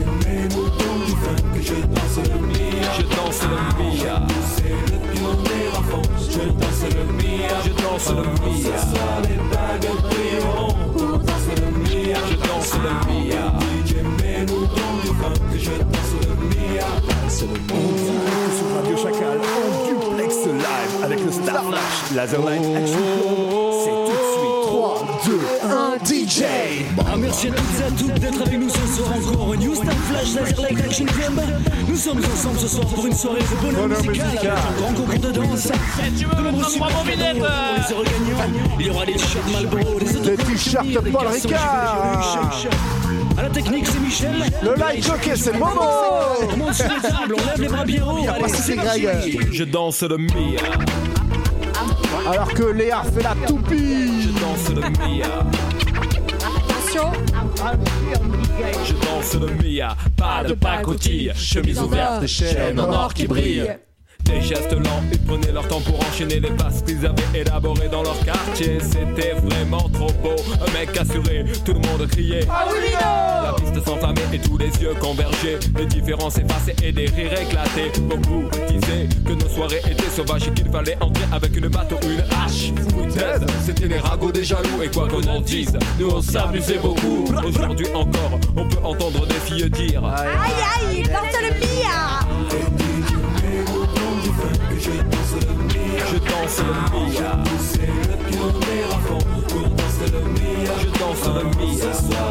Je danse le Mia. Je danse le Mia. C'est le pionnier à fond. Je danse le Mia. Je danse le Mia. Ce soir les bagues brilleront pour danser le Mia. Je danse le Mia. DJ mets-nous dans du funk. Je danse le Mia. C'est le Mia.
Sur Radio Chacal en duplex live avec le Star Flash Laserlight Action Club. C'est tout de suite 3, 2, 1, DJ.
Merci à toutes et à toutes d'être avec nous ce soir encore. New Star Flash Laserlight Action Club. Nous sommes ensemble ce soir pour une soirée de bonheur musical avec un grand concours de danse. De nombreux super cadeaux pour les heureux gagnants. Il y aura des t-shirts Marlboro, des
t-shirts Paul Ricard.
À la technique, c'est Michel.
Le light jockey, c'est le moment.
On monte sur les tables, on lève les bras bien haut. Allez, c'est Greg.
Je danse le Mia.
Alors que Léa fait la toupie.
Je danse le Mia.
Attention.
Je danse le Mia. Pas de pacotille, chemise ouverte, chaînes en or qui brillent. Des gestes lents, ils prenaient leur temps pour enchaîner les passes qu'ils avaient élaborées dans leur quartier. C'était vraiment trop beau, un mec assuré, tout le monde criait ah oui, non. La piste s'enflammait et tous les yeux convergeaient. Les différences effacées et des rires éclatés. Beaucoup disaient que nos soirées étaient sauvages et qu'il fallait entrer avec une batte ou une hache. Foutaise, c'était les ragots des jaloux. Et quoi qu'on en dise, nous on s'amusait beaucoup. Aujourd'hui encore, on peut entendre des filles dire aïe
aïe, danse le Mia.
Je danse le Mia. Je danse le Mia. C'est le pionnier à fond pour danser le Mia. Je danse le Mia. Ce soir